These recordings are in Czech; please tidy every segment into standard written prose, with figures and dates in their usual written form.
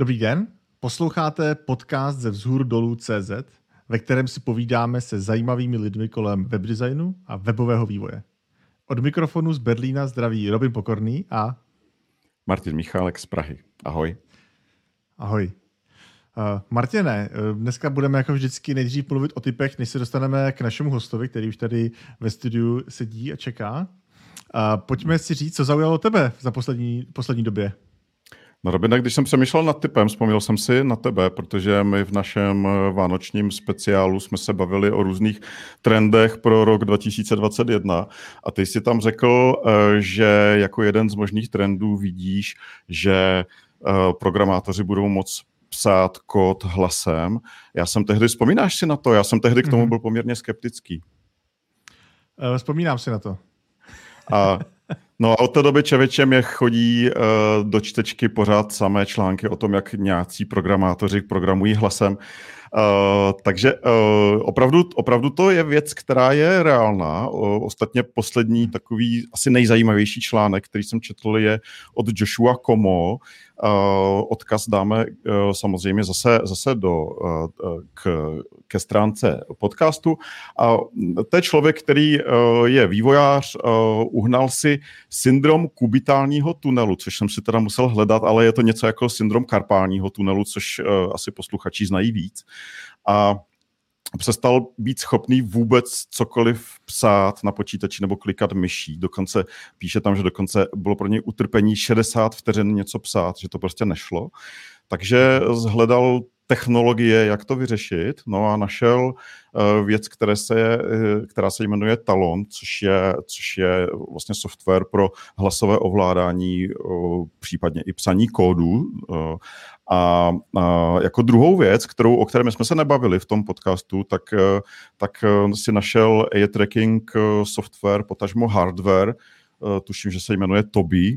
Dobrý den, posloucháte podcast ze vzhůru dolů CZ, ve kterém si povídáme se zajímavými lidmi kolem webdesignu a webového vývoje. Od mikrofonu z Berlína zdraví Robin Pokorný a Martin Michálek z Prahy. Ahoj. Ahoj. Martine, dneska budeme jako vždycky nejdřív mluvit o typech, než se dostaneme k našemu hostovi, který už tady ve studiu sedí a čeká. Pojďme si říct, co zaujalo tebe za poslední době. No Robine, když jsem přemýšlel nad typem, vzpomněl jsem si na tebe, protože my v našem vánočním speciálu jsme se bavili o různých trendech pro rok 2021 a ty jsi tam řekl, že jako jeden z možných trendů vidíš, že programátoři budou moct psát kód hlasem. Vzpomínáš si na to? Já jsem tehdy k tomu byl poměrně skeptický. Vzpomínám si na to. No a od té doby člověče mě chodí do čtečky pořád samé články o tom, jak nějací programátoři programují hlasem. Takže opravdu to je věc, která je reálná. Ostatně poslední takový asi nejzajímavější článek, který jsem četl, je od Joshua Como. Odkaz dáme samozřejmě zase ke stránce podcastu. To je člověk, který je vývojář, uhnal si syndrom kubitálního tunelu, což jsem si teda musel hledat, ale je to něco jako syndrom karpálního tunelu, což asi posluchači znají víc. A přestal být schopný vůbec cokoliv psát na počítači nebo klikat myší. Dokonce píše tam, že dokonce bylo pro něj utrpení 60 vteřin něco psát, že to prostě nešlo. Takže zhledal technologie, jak to vyřešit, no a našel věc, která se jmenuje Talon, což je vlastně software pro hlasové ovládání, případně i psaní kódu. A jako druhou věc, o které jsme se nebavili v tom podcastu, tak si našel eye tracking software, potažmo hardware, tuším, že se jmenuje Toby,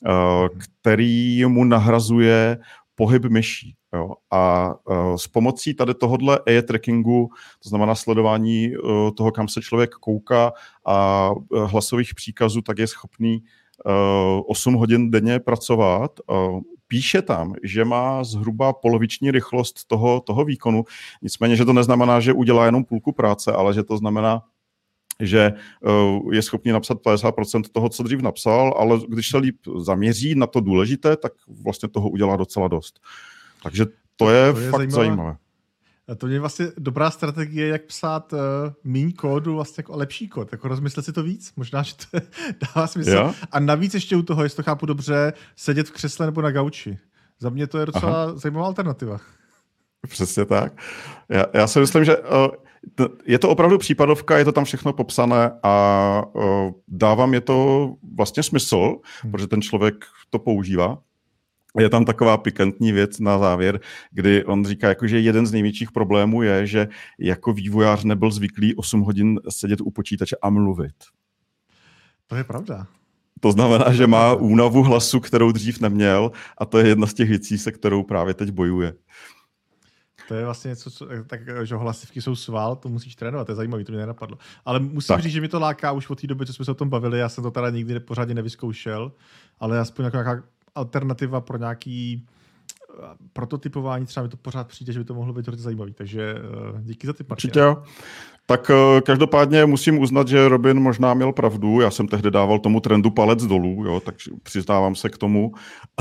který mu nahrazuje pohyb myší. Jo. A s pomocí tady tohodle eye trackingu, to znamená sledování toho, kam se člověk kouká a hlasových příkazů, tak je schopný 8 hodin denně pracovat. Píše tam, že má zhruba poloviční rychlost toho výkonu, nicméně, že to neznamená, že udělá jenom půlku práce, ale že to znamená, že je schopný napsat 50% toho, co dřív napsal, ale když se líp zaměří na to důležité, tak vlastně toho udělá docela dost. Takže to je fakt zajímavé. A to je vlastně dobrá strategie, jak psát míň kódu, vlastně jako lepší kód. Jako rozmyslet si to víc, možná, že to dává smysl. Ja? A navíc ještě u toho, jestli to chápu dobře, sedět v křesle nebo na gauči. Za mě to je docela zajímavá alternativa. Přesně tak. Já si myslím, že je to opravdu případovka, je to tam všechno popsané a dává mě to vlastně smysl, protože ten člověk to používá. Je tam taková pikantní věc na závěr, kdy on říká, jako, že jeden z největších problémů je, že jako vývojář nebyl zvyklý 8 hodin sedět u počítače a mluvit. To je pravda. To znamená, že má únavu hlasu, kterou dřív neměl, a to je jedna z těch věcí, se kterou právě teď bojuje. To je vlastně něco, že hlasivky jsou sval, to musíš trénovat, to je zajímavé, to mě nenapadlo. Ale musím říct, že mi to láká už od té doby, co jsme se o tom bavili, já jsem to teda nikdy pořádně nevyzkoušel, ale aspoň jako nějaká alternativa pro nějaký prototypování, třeba mi to pořád přijde, že by to mohlo být hodně zajímavý, takže díky za tip, Martin. Určitě jo. Tak každopádně musím uznat, že Robin možná měl pravdu, já jsem tehdy dával tomu trendu palec dolů, jo, takže přiznávám se k tomu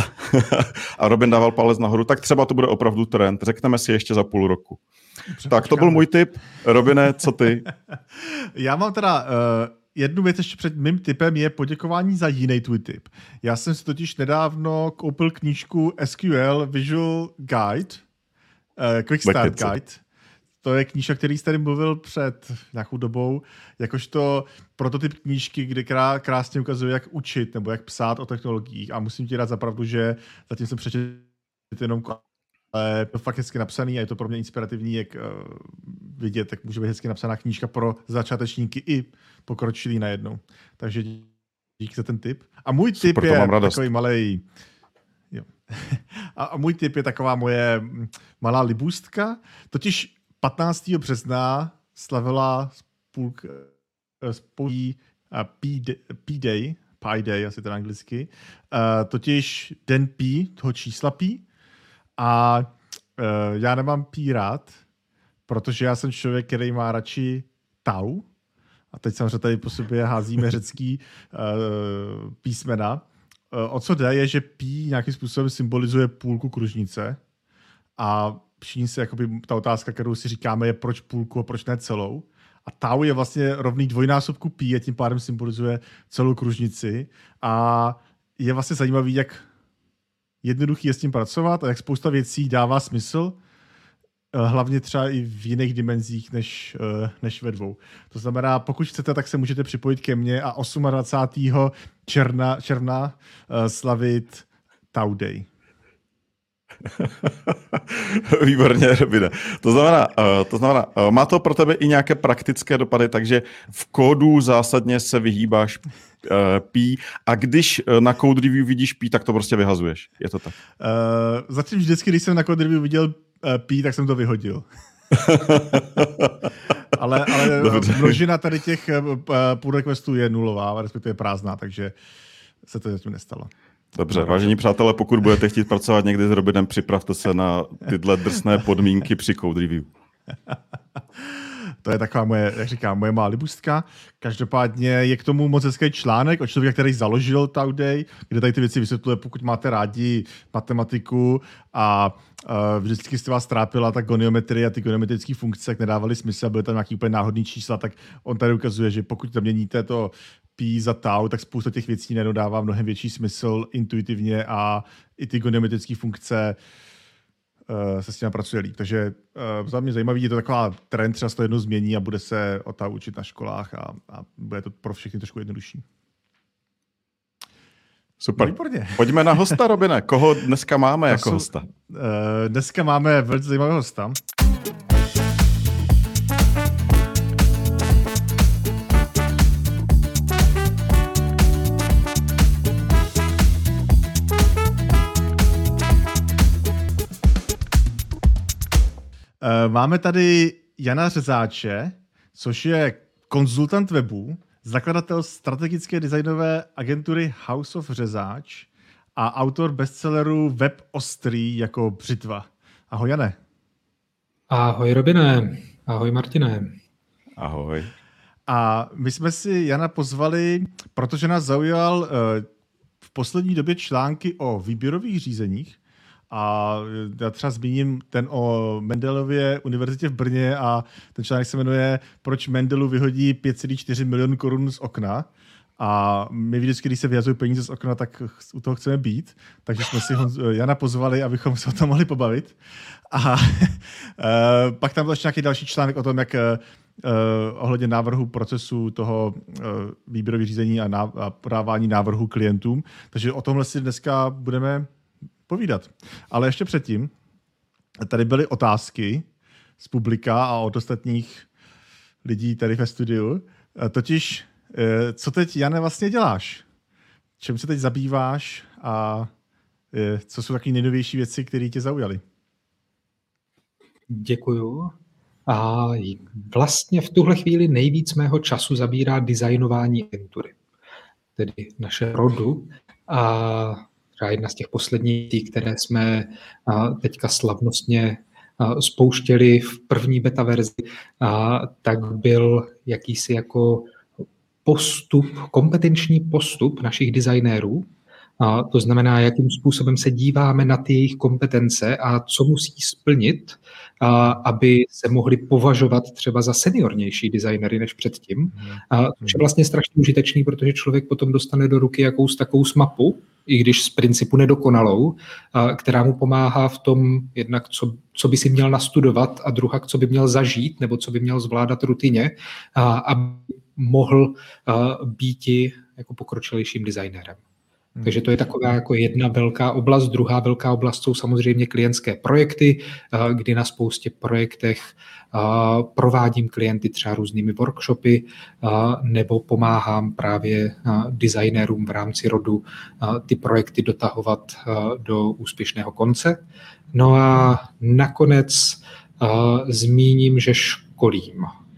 a Robin dával palec nahoru, tak třeba to bude opravdu trend, řekneme si ještě za půl roku. Tak to byl můj tip. Robine, co ty? Já mám teda jednu věc ještě před mým tipem je poděkování za jiný tvůj tip. Já jsem si totiž nedávno koupil knížku SQL Visual Guide, Quick Start Guide. To je knížka, který jsi tady mluvil před nějakou dobou, jakožto prototyp knížky, kde krásně ukazuje, jak učit nebo jak psát o technologiích. A musím ti dát za pravdu, že zatím jsem přečetl jenom je to fakt hezky napsaný a je to pro mě inspirativní, jak vidět, jak může být hezky napsaná knížka pro začátečníky i pokročilý najednou. Takže díky za ten tip. A můj tip je takový malej... Jo. A můj tip je taková moje malá libůstka. Totiž 15. března slavila spolí P-Day, Pi Day, asi teda anglicky, totiž den P, toho čísla P. A já nemám P rád, protože já jsem člověk, který má radši tau. A teď samozřejmě tady po sobě házíme řecký písmena. O co jde, je, že P nějakým způsobem symbolizuje půlku kružnice. A všichni se, jakoby, ta otázka, kterou si říkáme, je proč půlku a proč ne celou. A tau je vlastně rovný dvojnásobku pi a tím pádem symbolizuje celou kružnici. A je vlastně zajímavý, jak jednoduchý je s tím pracovat a jak spousta věcí dává smysl, hlavně třeba i v jiných dimenzích než ve dvou. To znamená, pokud chcete, tak se můžete připojit ke mně a 28. června slavit Tau Day. Výborně, Robine. To znamená, má to pro tebe i nějaké praktické dopady, takže v kódu zásadně se vyhýbáš P a když na code review vidíš P, tak to prostě vyhazuješ. Je to tak? Zatím vždycky, když jsem na code review viděl P, tak jsem to vyhodil. ale množina tady těch pull requestů je nulová, respektive prázdná, takže se to zatím nestalo. Dobře, vážení přátelé, pokud budete chtít pracovat někdy s Robinem, připravte se na tyhle drsné podmínky při code review. To je taková moje, jak říkám, moje malá libůstka. Každopádně je k tomu moc hezký článek od člověka, který založil Tau Day, kde tady ty věci vysvětluje, pokud máte rádi matematiku a vždycky jste vás trápila ta goniometrie a ty goniometrické funkce, jak nedávaly smysl a byly tam nějaký úplně náhodný čísla, tak on tady ukazuje, že pokud tam měníte to pi za tau, tak spousta těch věcí nedodává mnohem větší smysl intuitivně a i ty goniometrické funkce se s tím pracuje líp. Takže za mě zajímavý, je to taková trend, třeba se to jednou změní a bude se o tau učit na školách a bude to pro všechny trošku jednodušší. Super. Výborně. Pojďme na hosta, Robine. Koho dneska máme jako hosta? Dneska máme velice zajímavého hosta. Máme tady Jana Řezáče, což je konzultant webu, zakladatel strategické designové agentury House of Řezáč a autor bestselleru Web ostrý jako břitva. Ahoj, Jane. Ahoj, Robine. Ahoj, Martine. Ahoj. A my jsme si Jana pozvali, protože nás zaujal v poslední době články o výběrových řízeních. A já třeba zmíním ten o Mendelově univerzitě v Brně a ten článek se jmenuje Proč Mendelu vyhodí 5,4 milionu korun z okna. A my vždycky, když se vyhazují peníze z okna, tak u toho chceme být. Takže jsme si Jana pozvali, abychom se o tom mohli pobavit. A pak tam byl ještě nějaký další článek o tom, jak ohledně návrhu procesu toho výběrového řízení a podávání návrhu klientům. Takže o tomhle si dneska budeme povídat. Ale ještě předtím, tady byly otázky z publika a od ostatních lidí tady ve studiu. Totiž, co teď, Jane, vlastně děláš? Čem se teď zabýváš a co jsou taky nejnovější věci, které tě zaujaly? Děkuju. A vlastně v tuhle chvíli nejvíc mého času zabírá designování agentury, tedy naše rodu. A třeba jedna z těch posledních, které jsme teďka slavnostně spouštěli v první beta verzi, tak byl jakýsi jako kompetenční postup našich designérů. To znamená, jakým způsobem se díváme na ty jejich kompetence a co musí splnit, aby se mohli považovat třeba za seniornější designery než předtím. Což je vlastně strašně užitečný, protože člověk potom dostane do ruky jakous takovou mapu, i když z principu nedokonalou, která mu pomáhá v tom jednak, co by si měl nastudovat a druhá, co by měl zažít nebo co by měl zvládat rutině, aby mohl být jako pokročilejším designérem. Takže to je taková jako jedna velká oblast. Druhá velká oblast jsou samozřejmě klientské projekty, kdy na spoustě projektech provádím klienty třeba různými workshopy nebo pomáhám právě designérům v rámci rodu ty projekty dotahovat do úspěšného konce. No a nakonec zmíním, že školím.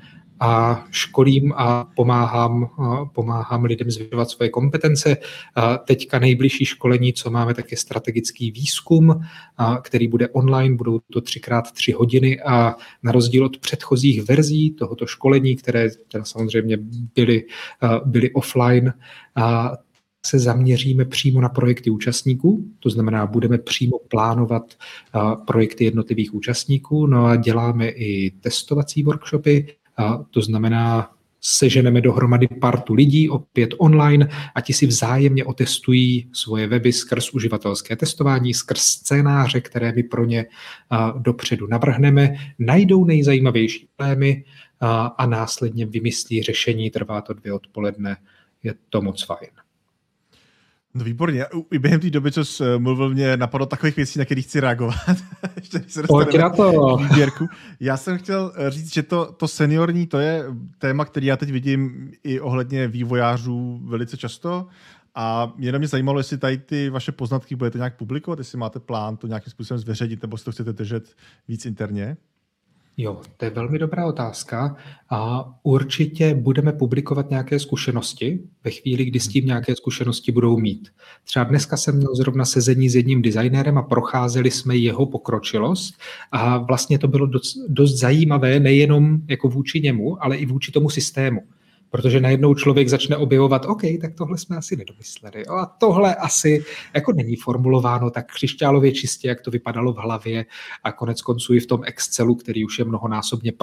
a školím a pomáhám lidem zvyšovat svoje kompetence. Teďka nejbližší školení, co máme, tak je strategický výzkum, který bude online, budou to 3x3 hodiny a na rozdíl od předchozích verzí tohoto školení, které samozřejmě byly offline, se zaměříme přímo na projekty účastníků, to znamená, budeme přímo plánovat projekty jednotlivých účastníků, no a děláme i testovací workshopy, to znamená, seženeme dohromady partu lidí, opět online, a ti si vzájemně otestují svoje weby skrz uživatelské testování, skrz scénáře, které my pro ně dopředu navrhneme, najdou nejzajímavější problémy a následně vymyslí řešení, trvá to 2 odpoledne, je to moc fajn. No výborně. I během té doby, co jsi mluvil, mě napadlo takových věcí, na kterých chci reagovat. Ještě se dostaneme k výběrku. Já jsem chtěl říct, že to seniorní, to je téma, který já teď vidím i ohledně vývojářů velice často. A mě zajímalo, jestli tady ty vaše poznatky budete nějak publikovat, jestli máte plán to nějakým způsobem zveřejnit, nebo si to chcete držet víc interně. Jo, to je velmi dobrá otázka a určitě budeme publikovat nějaké zkušenosti ve chvíli, kdy s tím nějaké zkušenosti budou mít. Třeba dneska jsem měl zrovna sezení s jedním designérem a procházeli jsme jeho pokročilost a vlastně to bylo dost zajímavé nejenom jako vůči němu, ale i vůči tomu systému. Protože najednou člověk začne objevovat, OK, tak tohle jsme asi nedomysleli. A tohle asi jako není formulováno tak křišťálově čistě, jak to vypadalo v hlavě a konec konců i v tom Excelu, který už je mnohonásobně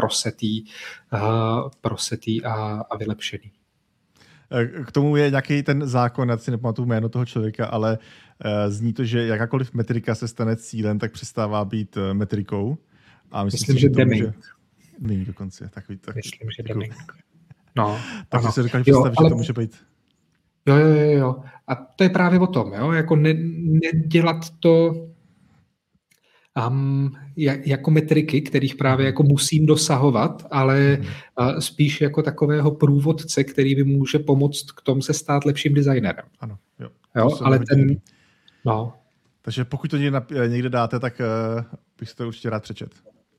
prosetý a vylepšený. K tomu je nějaký ten zákon, já si nepamatuju jméno toho člověka, ale zní to, že jakákoliv metrika se stane cílem, tak přestává být metrikou. A myslím že Deming. Není dokonce. Myslím, že Deming. No, takže se dokážu představit, že to může být. Jo. A to je právě o tom, jo? Jako nedělat to jako metriky, kterých právě jako musím dosahovat, ale spíš jako takového průvodce, který mi může pomoct k tomu se stát lepším designérem. Ano, jo. Ale ten... No. Takže pokud to někde dáte, tak bych si to určitě rád přečet.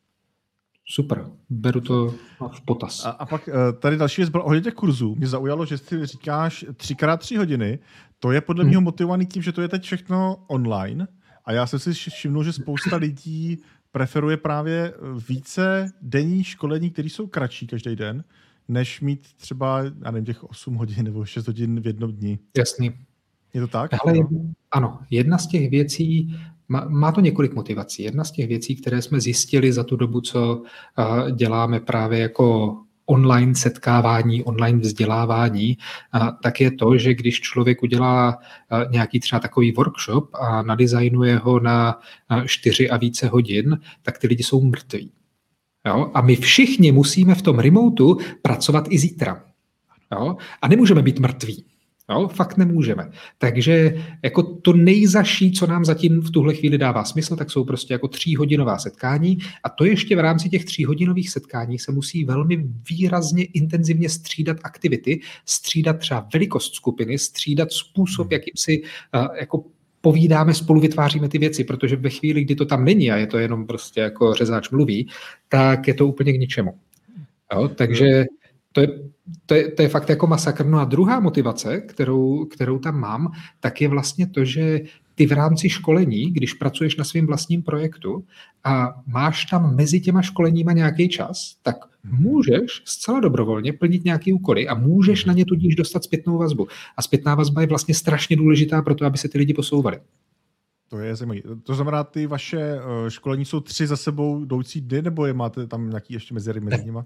Super, beru to v potaz. A pak tady další věc byla ohledně těch kurzů. Mě zaujalo, že ty říkáš 3x3 hodiny. To je podle mě motivovaný tím, že to je teď všechno online. A já jsem si všimnul, že spousta lidí preferuje právě více denní školení, které jsou kratší každý den, než mít třeba, já nevím, těch 8 hodin nebo 6 hodin v jednom dni. Jasný. Je to tak? Hele, ano, jedna z těch věcí, má to několik motivací. Jedna z těch věcí, které jsme zjistili za tu dobu, co děláme právě jako online setkávání, online vzdělávání, tak je to, že když člověk udělá nějaký třeba takový workshop a nadizajnuje ho na 4 a více hodin, tak ty lidi jsou mrtví. Jo? A my všichni musíme v tom remotu pracovat i zítra. Jo? A nemůžeme být mrtví. Jo, fakt nemůžeme. Takže jako to nejzaší, co nám zatím v tuhle chvíli dává smysl, tak jsou prostě jako 3hodinová setkání a to ještě v rámci těch 3hodinových setkání se musí velmi výrazně intenzivně střídat aktivity, střídat třeba velikost skupiny, střídat způsob, jakým si jako povídáme, spolu vytváříme ty věci, protože ve chvíli, kdy to tam není a je to jenom prostě jako řezáč mluví, tak je to úplně k ničemu. Jo, takže to je fakt jako masakr. No a druhá motivace, kterou tam mám, tak je vlastně to, že ty v rámci školení, když pracuješ na svém vlastním projektu a máš tam mezi těma školeníma nějaký čas, tak můžeš zcela dobrovolně plnit nějaké úkoly a můžeš na ně tudíž dostat zpětnou vazbu. A zpětná vazba je vlastně strašně důležitá pro to, aby se ty lidi posouvali. To je zajímavé. To znamená, ty vaše školení jsou 3 za sebou jdoucí dny, nebo máte tam nějaký ještě mezery mezi nimi?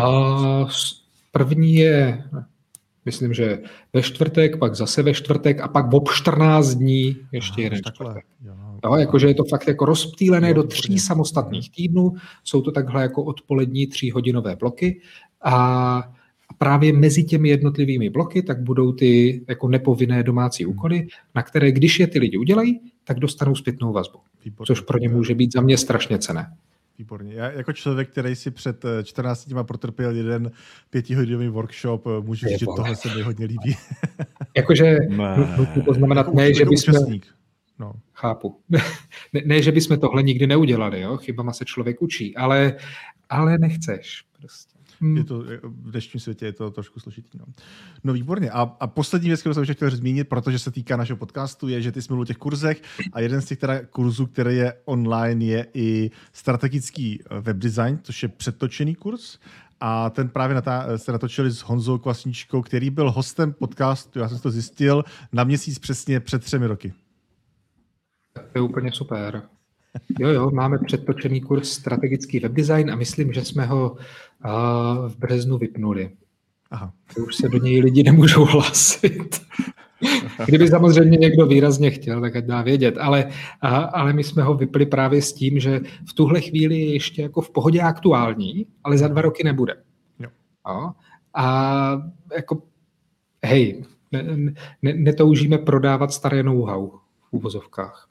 První je, myslím, že ve čtvrtek, pak zase ve čtvrtek a pak ob 14 dní ještě jeden čtvrtek. Jo, jakože je to fakt jako rozptýlené do 3 samostatných týdnů. Jsou to takhle jako odpolední 3hodinové bloky a právě mezi těmi jednotlivými bloky tak budou ty jako nepovinné domácí úkoly, na které, když je ty lidi udělají, tak dostanou zpětnou vazbu. Což pro ně může být za mě strašně cenné. Výborně. Já jako člověk, který si před 14 dní protrpěl jeden 5hodinový workshop, můžu říct, že tohle se mi hodně líbí. Jakože to znamená, ne, že bychom... No. Chápu. Ne, že bychom tohle nikdy neudělali, jo? Chybama se člověk učí, ale nechceš prostě. Je to, v dnešním světě je to trošku složitý. No výborně. A poslední věc, kterou jsem chtěl zmínit, protože se týká našeho podcastu, je, že ty jsme mluvili o těch kurzech a jeden z těch kurzů, který je online, je i strategický webdesign, což je přetočený kurz. A ten právě se natočili s Honzou Kvasničkou, který byl hostem podcastu, já jsem to zjistil, na měsíc přesně před 3 roky. To je úplně super. Jo, máme předtočený kurz strategický webdesign a myslím, že jsme ho v březnu vypnuli. Aha. Už se do něj lidi nemůžou hlásit. Kdyby samozřejmě někdo výrazně chtěl, tak ať dá vědět. Ale my jsme ho vypli právě s tím, že v tuhle chvíli je ještě jako v pohodě aktuální, ale za 2 roky nebude. Jo. A jako, hej, netoužíme prodávat staré know-how v uvozovkách.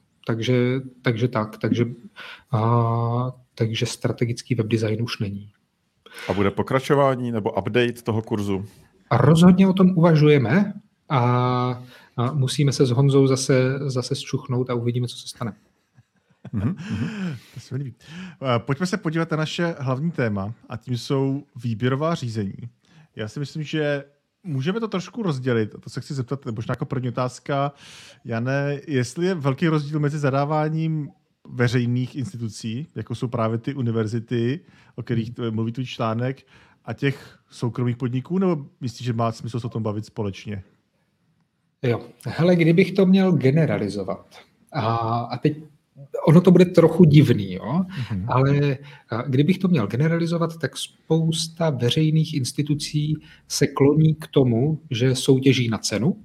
Takže strategický webdesign už není. A bude pokračování nebo update toho kurzu? A rozhodně o tom uvažujeme a musíme se s Honzou zase zčuchnout a uvidíme, co se stane. To se mi líbí. Pojďme se podívat na naše hlavní téma a tím jsou výběrová řízení. Já si myslím, že můžeme to trošku rozdělit. To se chci zeptat, možná jako první otázka, Jane, jestli je velký rozdíl mezi zadáváním veřejných institucí, jako jsou právě ty univerzity, o kterých mluví tu článek, a těch soukromých podniků, nebo myslíš, že má smysl se o tom bavit společně? Jo, hele, kdybych to měl generalizovat, a teď ono to bude trochu divný, jo? Ale kdybych to měl generalizovat, tak spousta veřejných institucí se kloní k tomu, že soutěží na cenu.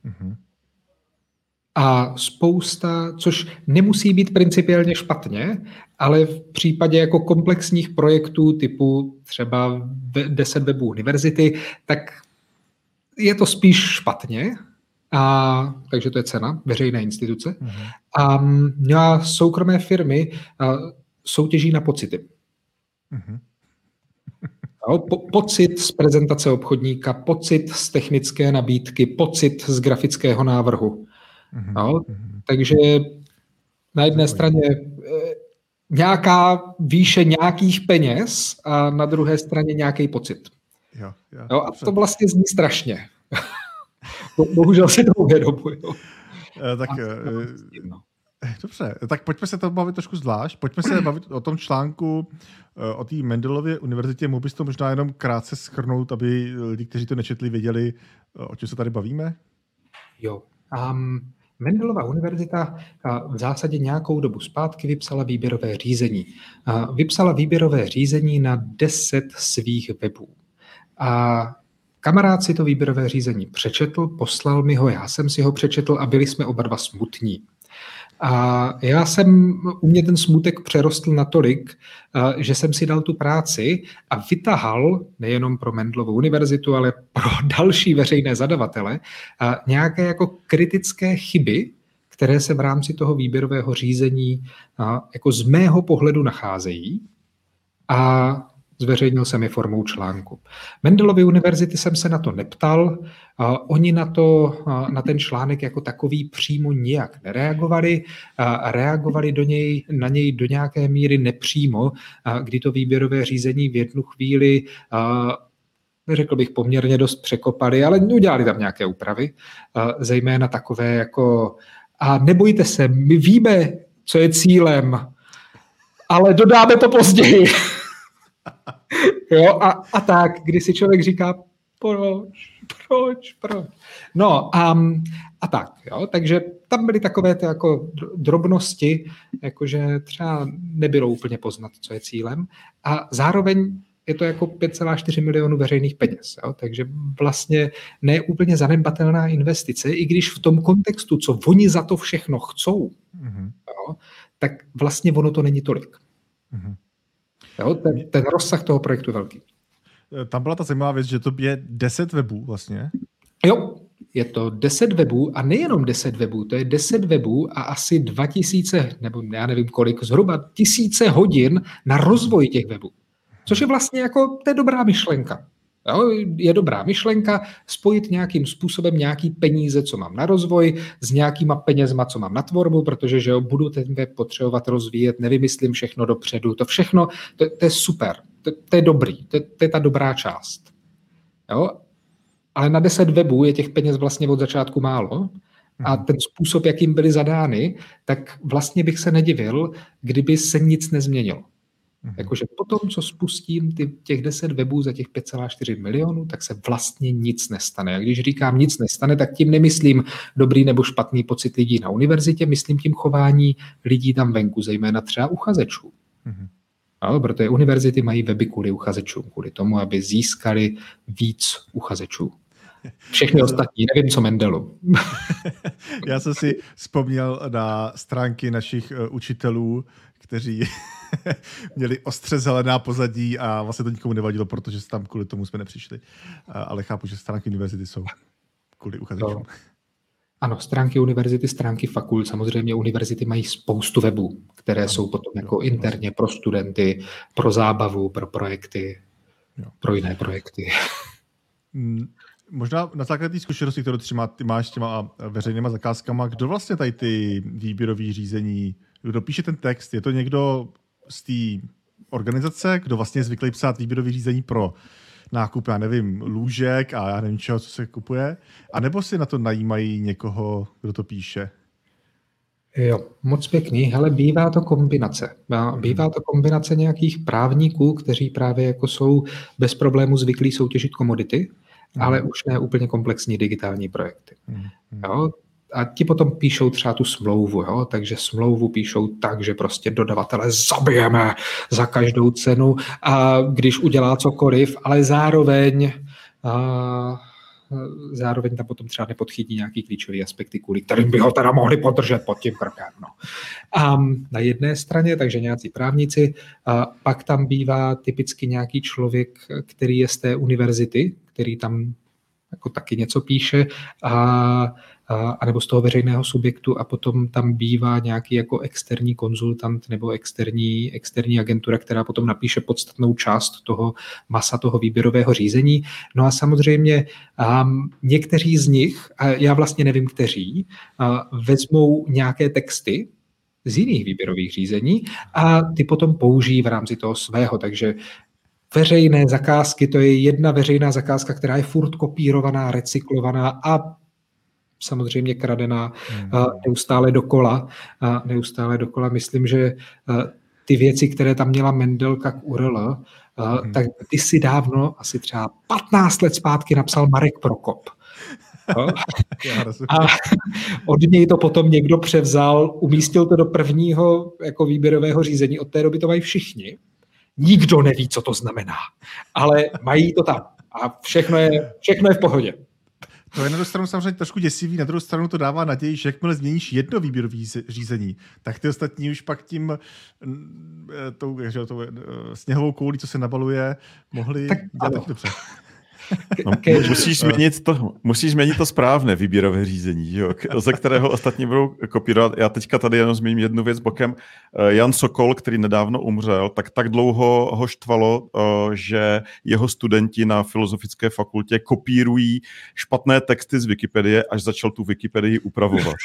A spousta, což nemusí být principiálně špatně, ale v případě jako komplexních projektů typu třeba 10 webů univerzity, tak je to spíš špatně. Takže to je cena, veřejné instituce. A soukromé firmy soutěží na pocity. Pocit z prezentace obchodníka, pocit z technické nabídky, pocit z grafického návrhu. Takže na jedné straně nějaká výše nějakých peněz a na druhé straně nějaký pocit. A to vlastně zní strašně. Bohužel si to uvědomuji. Dobře, tak pojďme se to bavit trošku zvlášť. Pojďme se bavit o tom článku o té Mendelově univerzitě. Mohl bys to možná jenom krátce shrnout, aby lidi, kteří to nečetli, věděli, o čem se tady bavíme? Jo. Mendelova univerzita v zásadě nějakou dobu zpátky vypsala výběrové řízení. Vypsala výběrové řízení na 10 svých webů. A kamarád si to výběrové řízení přečetl, poslal mi ho, já jsem si ho přečetl a byli jsme oba dva smutní. A u mě ten smutek přerostl natolik, že jsem si dal tu práci a vytahal nejenom pro Mendelovu univerzitu, ale pro další veřejné zadavatele nějaké jako kritické chyby, které se v rámci toho výběrového řízení jako z mého pohledu nacházejí, a zveřejnil jsem je formou článku. Mendelovy univerzity jsem se na to neptal, oni na ten článek jako takový přímo nijak nereagovali, reagovali na něj do nějaké míry nepřímo, kdy to výběrové řízení v jednu chvíli, řekl bych, poměrně dost překopali, ale udělali tam nějaké úpravy, zejména takové jako a nebojte se, my víme, co je cílem, ale dodáme to později. Jo, a tak, když si člověk říká, proč? No a tak, jo, takže tam byly takové ty jako drobnosti, jakože třeba nebylo úplně poznat, co je cílem, a zároveň je to jako 5,4 milionu veřejných peněz, jo, takže vlastně ne úplně zanedbatelná investice, i když v tom kontextu, co oni za to všechno chcou, jo, tak vlastně ono to není tolik. Jo, ten rozsah toho projektu je velký. Tam byla ta zajímavá věc, že to je 10 webů vlastně. Jo, je to 10 webů a nejenom 10 webů, to je 10 webů a asi 2000, nebo já nevím kolik, zhruba 1000 hodin na rozvoj těch webů. Což je vlastně jako, to je dobrá myšlenka. Jo, je dobrá myšlenka spojit nějakým způsobem nějaký peníze, co mám na rozvoj, s nějakýma penězma, co mám na tvorbu, protože že budu ten web potřebovat rozvíjet, nevymyslím všechno dopředu, to všechno, to je super. To je dobrý, to je ta dobrá část. Jo? Ale na 10 webů je těch peněz vlastně od začátku málo a ten způsob, jakým byly zadány, tak vlastně bych se nedivil, kdyby se nic nezměnilo. Jakože potom, co spustím těch 10 webů za těch 5,4 milionů, tak se vlastně nic nestane. A když říkám nic nestane, tak tím nemyslím dobrý nebo špatný pocit lidí na univerzitě, myslím tím chování lidí tam venku, zejména třeba uchazečů. No, protože univerzity mají weby kvůli uchazečům, kvůli tomu, aby získali víc uchazečů. Všechny ostatní, nevím, co Mendelu. Já jsem si vzpomněl na stránky našich učitelů, kteří měli ostře zelená pozadí a vlastně to nikomu nevadilo, protože tam kvůli tomu jsme nepřišli. Ale chápu, že stránky univerzity jsou kvůli uchazečům. Ano, stránky univerzity, stránky fakult. Samozřejmě univerzity mají spoustu webů, které jsou potom jako interně pro studenty, pro zábavu, pro projekty, pro jiné projekty. Možná na základě té zkušenosti, kterou ty máš s těma veřejnýma zakázkama, kdo vlastně tady ty výběrové řízení, kdo píše ten text? Je to někdo z té organizace, kdo vlastně je zvyklý psát výběrové řízení pro nákup, já nevím, lůžek a já nevím čeho, co se kupuje? A nebo si na to najímají někoho, kdo to píše? Jo, moc pěkný. Hele, bývá to kombinace. Bývá to kombinace nějakých právníků, kteří právě jako jsou bez problému zvyklí soutěžit komodity, ale už ne úplně komplexní digitální projekty. Jo? A ti potom píšou třeba tu smlouvu, jo? Takže smlouvu píšou tak, že prostě dodavatele zabijeme za každou cenu, a když udělá cokoliv, ale zároveň tam potom třeba nepodchytí nějaký klíčový aspekty, kvůli kterým by ho teda mohli podržet pod tím krkem. No. Na jedné straně, takže nějací právníci, pak tam bývá typicky nějaký člověk, který je z té univerzity, který tam jako taky něco píše, anebo z toho veřejného subjektu, a potom tam bývá nějaký jako externí konzultant nebo externí agentura, která potom napíše podstatnou část toho masa toho výběrového řízení. No a samozřejmě někteří z nich, a já vlastně nevím kteří, vezmou nějaké texty z jiných výběrových řízení a ty potom použijí v rámci toho svého, takže veřejné zakázky, to je jedna veřejná zakázka, která je furt kopírovaná, recyklovaná a samozřejmě kradená neustále dokola. Myslím, že ty věci, které tam měla Mendelka k URL, tak ty si dávno, asi třeba 15 let zpátky, napsal Marek Prokop. A od něj to potom někdo převzal, umístil to do prvního jako výběrového řízení, od té doby to mají všichni. Nikdo neví, co to znamená, ale mají to tam a všechno je v pohodě. To je na druhou stranu samozřejmě trošku děsivý, na druhou stranu to dává naději, že jakmile změníš jedno výběrové řízení, tak ty ostatní už pak tím tou sněhovou koulí, co se nabaluje, mohli dělat taky dobře. No, musíš změnit to správné výběrové řízení, jo, ze kterého ostatní budou kopírovat. Já teďka tady jenom zmíním jednu věc bokem. Jan Sokol, který nedávno umřel, tak dlouho ho štvalo, že jeho studenti na Filozofické fakultě kopírují špatné texty z Wikipedie, až začal tu Wikipedii upravovat.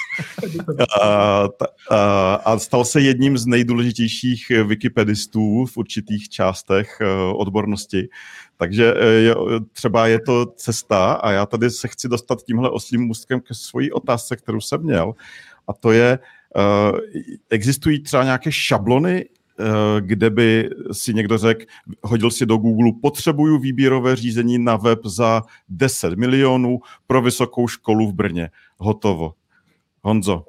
A stal se jedním z nejdůležitějších wikipedistů v určitých částech odbornosti. Takže třeba je to cesta a já tady se chci dostat tímhle oslím můstkem ke svojí otázce, kterou jsem měl. A to je, existují třeba nějaké šablony, kde by si někdo řekl, hodil si do Google, potřebuju výběrové řízení na web za 10 milionů pro vysokou školu v Brně. Hotovo. Honzo.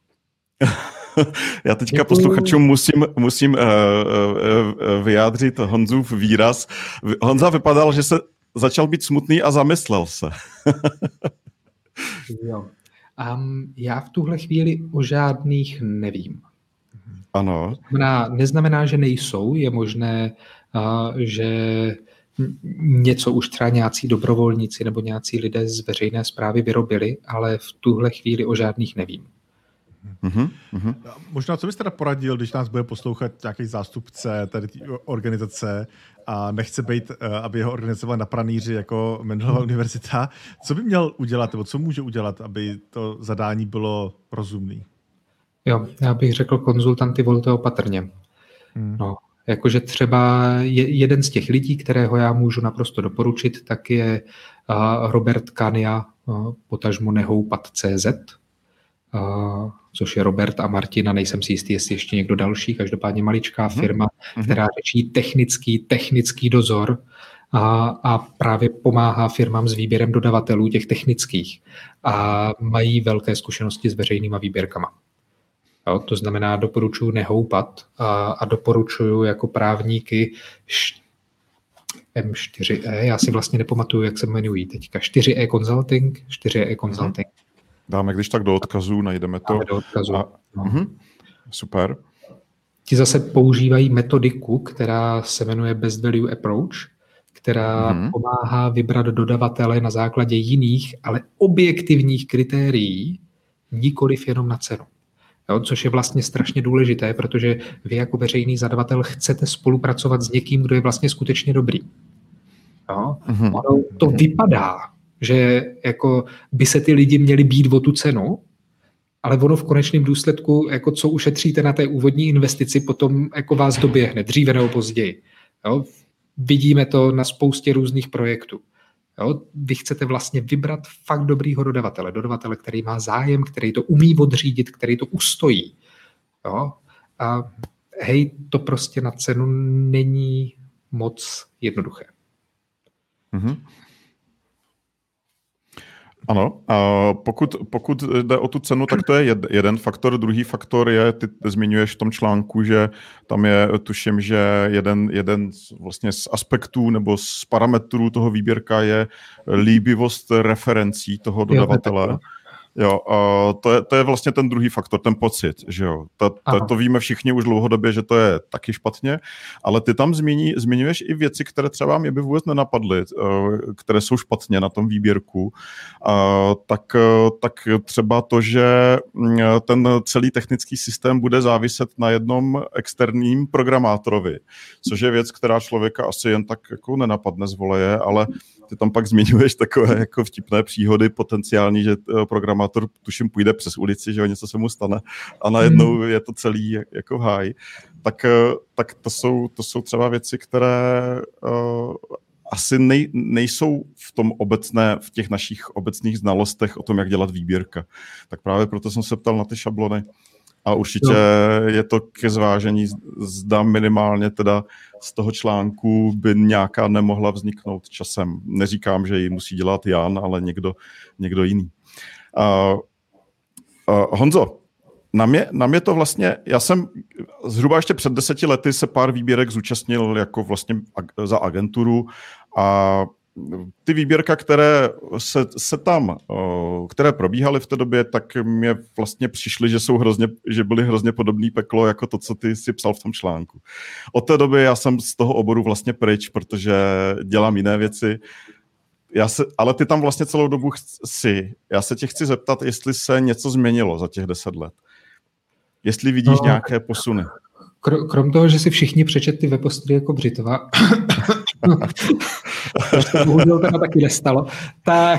Já teďka posluchačům musím vyjádřit Honzův výraz. Honza vypadal, že se začal být smutný a zamyslel se. Jo. Já v tuhle chvíli o žádných nevím. Ano. Neznamená, že nejsou. Je možné, že něco už třeba nějací dobrovolníci nebo nějací lidé z veřejné správy vyrobili, ale v tuhle chvíli o žádných nevím. Možná, co byste teda poradil, když nás bude poslouchat nějaký zástupce tady organizace a nechce být, aby jeho organizace byla na pranýři jako Mendelova univerzita, co by měl udělat, nebo co může udělat, aby to zadání bylo rozumný? Jo, já bych řekl, konzultanty volte opatrně. No, Jakože třeba jeden z těch lidí, kterého já můžu naprosto doporučit, tak je Robert Kania, potažmo Nehoupat.cz, což je Robert a Martina, nejsem si jistý, jestli ještě někdo další, každopádně maličká firma, která řeší technický dozor a právě pomáhá firmám s výběrem dodavatelů těch technických a mají velké zkušenosti s veřejnýma výběrkama. Jo, to znamená, doporučuji Nehoupat a doporučuji jako právníky M4E, já si vlastně nepamatuju, jak se jmenují teďka, 4E Consulting. Dáme když tak do odkazů, najdeme to. Do odkazu. Super. Ti zase používají metodiku, která se jmenuje Best Value Approach, která pomáhá vybrat dodavatele na základě jiných, ale objektivních kritérií, nikoliv jenom na cenu. Jo, což je vlastně strašně důležité, protože vy jako veřejný zadavatel chcete spolupracovat s někým, kdo je vlastně skutečně dobrý. Jo? Ono to vypadá, že jako by se ty lidi měli bít o tu cenu, ale ono v konečném důsledku, jako co ušetříte na té úvodní investici, potom jako vás doběhne, dříve nebo později. Jo? Vidíme to na spoustě různých projektů. Jo? Vy chcete vlastně vybrat fakt dobrýho dodavatele, který má zájem, který to umí odřídit, který to ustojí. Jo? A hej, to prostě na cenu není moc jednoduché. Ano, pokud jde o tu cenu, tak to je jeden faktor. Druhý faktor je, ty zmiňuješ v tom článku, že tam je, tuším, že jeden vlastně z aspektů nebo z parametrů toho výběrka je líbivost referencí toho dodavatele. Jo, to je vlastně ten druhý faktor, ten pocit, že jo. To víme všichni už dlouhodobě, že to je taky špatně, ale ty tam zmiňuješ i věci, které třeba mě by vůbec nenapadly, které jsou špatně na tom výběrku. Tak třeba to, že ten celý technický systém bude záviset na jednom externím programátorovi, což je věc, která člověka asi jen tak jako nenapadne z voleje, ale ty tam pak zmiňuješ takové jako vtipné příhody potenciální, že programátor tuším půjde přes ulici, že něco se mu stane a najednou je to celý jako háj. Tak to jsou třeba věci, které asi nejsou v těch našich obecných znalostech o tom, jak dělat výběrka. Tak právě proto jsem se ptal na ty šablony. A určitě je to ke zvážení, zda minimálně teda z toho článku by nějaká nemohla vzniknout časem. Neříkám, že ji musí dělat Jan, ale někdo jiný. Honzo, na mě to vlastně, já jsem zhruba ještě před 10 lety se pár výběrek zúčastnil jako vlastně za agenturu a ty výběrka, které které probíhaly v té době, tak mě vlastně přišly, že byly hrozně podobný peklo jako to, co ty si psal v tom článku. Od té doby já jsem z toho oboru vlastně pryč, protože dělám jiné věci. Ale ty tam vlastně celou dobu Já se tě chci zeptat, jestli se něco změnilo za těch 10 let. Jestli vidíš nějaké posuny. Krom toho, že si všichni přečetli webostry jako Břitova, bohužel to taky nestalo, tak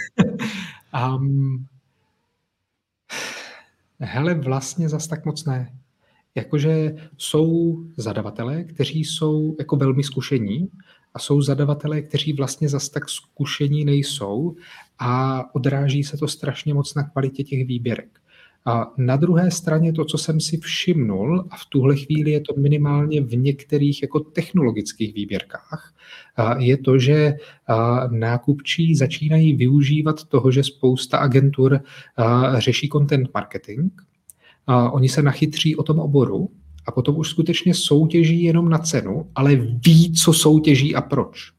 hele, vlastně zas tak moc ne. Jakože jsou zadavatelé, kteří jsou jako velmi zkušení a jsou zadavatelé, kteří vlastně zas tak zkušení nejsou a odráží se to strašně moc na kvalitě těch výběrek. A na druhé straně to, co jsem si všimnul, a v tuhle chvíli je to minimálně v některých jako technologických výběrkách, je to, že nákupčí začínají využívat toho, že spousta agentur řeší content marketing. Oni se nachytří o tom oboru a potom už skutečně soutěží jenom na cenu, ale ví, co soutěží a proč.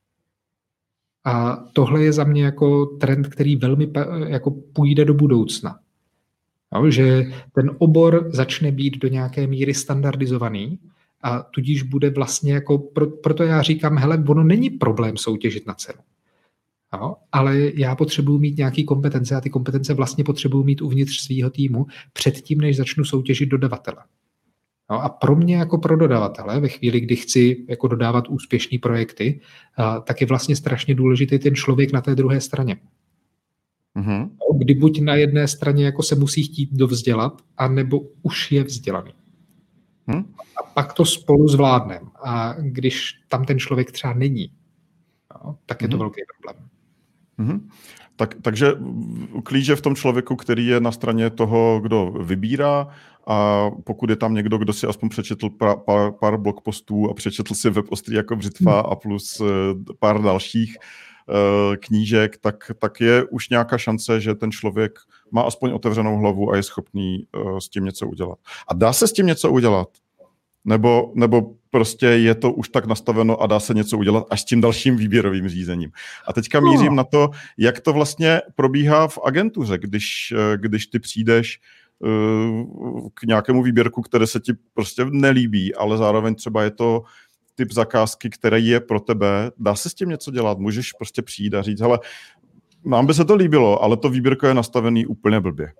A tohle je za mě jako trend, který velmi jako půjde do budoucna. No, že ten obor začne být do nějaké míry standardizovaný a tudíž bude vlastně jako, proto já říkám, hele, ono není problém soutěžit na cenu. No, ale já potřebuji mít nějaké kompetence a ty kompetence vlastně potřebuji mít uvnitř svého týmu předtím, než začnu soutěžit dodavatele. No, a pro mě jako pro dodavatele, ve chvíli, kdy chci jako dodávat úspěšné projekty, tak je vlastně strašně důležitý ten člověk na té druhé straně. Mm-hmm. Kdy buď na jedné straně jako se musí chtít dovzdělat, anebo už je vzdělaný. A pak to spolu zvládneme. A když tam ten člověk třeba není, no, tak je to velký problém. Takže klíč je v tom člověku, který je na straně toho, kdo vybírá, a pokud je tam někdo, kdo si aspoň přečetl pár blogpostů a přečetl si web Ostrý jako břitva a plus pár dalších knížek, tak je už nějaká šance, že ten člověk má aspoň otevřenou hlavu a je schopný s tím něco udělat. A dá se s tím něco udělat? Nebo prostě je to už tak nastaveno a dá se něco udělat až s tím dalším výběrovým řízením. A teďka mířím na to, jak to vlastně probíhá v agentuře, když ty přijdeš k nějakému výběrku, které se ti prostě nelíbí, ale zároveň třeba je to typ zakázky, který je pro tebe. Dá se s tím něco dělat? Můžeš prostě přijít a říct, hele, nám by se to líbilo, ale to výběrko je nastavený úplně blbě.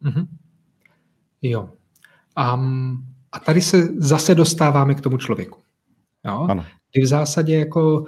Jo. A tady se zase dostáváme k tomu člověku. Jo? Ano. Ty v zásadě jako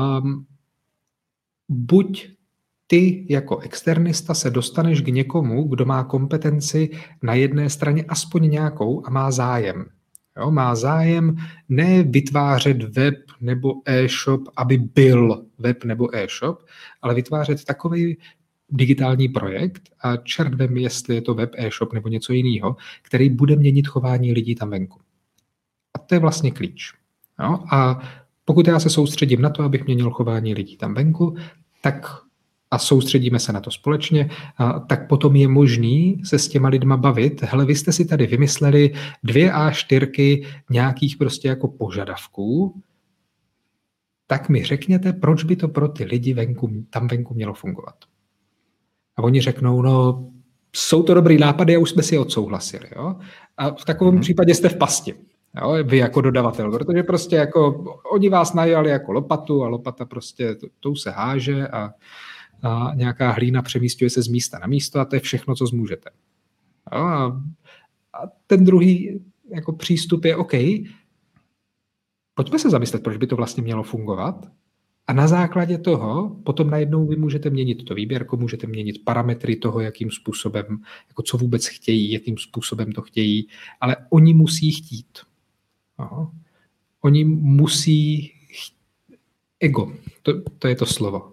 buď ty jako externista se dostaneš k někomu, kdo má kompetenci na jedné straně aspoň nějakou a má zájem. Jo? Má zájem ne vytvářet web nebo e-shop, aby byl web nebo e-shop, ale vytvářet takový digitální projekt a čert vem, jestli je to web, e-shop nebo něco jiného, který bude měnit chování lidí tam venku. A to je vlastně klíč. Jo? A pokud já se soustředím na to, abych měnil chování lidí tam venku, tak a soustředíme se na to společně, tak potom je možný se s těma lidma bavit. Hele, vy jste si tady vymysleli 2 A4 nějakých prostě jako požadavků, tak mi řekněte, proč by to pro ty lidi tam venku mělo fungovat. A oni řeknou, no, jsou to dobrý nápady a už jsme si je odsouhlasili. Jo? A v takovém případě jste v pasti. Jo? Vy jako dodavatel, protože prostě jako oni vás najali jako lopatu a lopata prostě tou se háže a nějaká hlína přemísťuje se z místa na místo a to je všechno, co zmůžete. Jo? A ten druhý jako přístup je OK, pojďme se zamyslet, proč by to vlastně mělo fungovat. A na základě toho potom najednou vy můžete měnit to výběrko, můžete měnit parametry toho, jakým způsobem, jako co vůbec chtějí, jakým způsobem to chtějí, ale oni musí chtít. Aha. Oni musí ego, to je to slovo.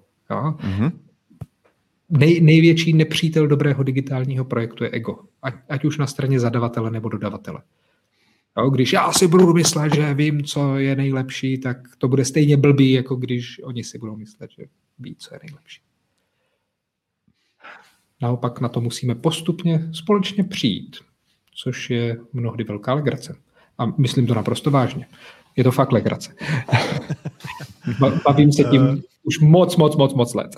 Největší nepřítel dobrého digitálního projektu je ego. Ať už na straně zadavatele nebo dodavatele. Jo, když já si budu myslet, že vím, co je nejlepší, tak to bude stejně blbý, jako když oni si budou myslet, že ví, co je nejlepší. Naopak na to musíme postupně společně přijít, což je mnohdy velká legrace. A myslím to naprosto vážně. Je to fakt legrace. Bavím se tím už moc let.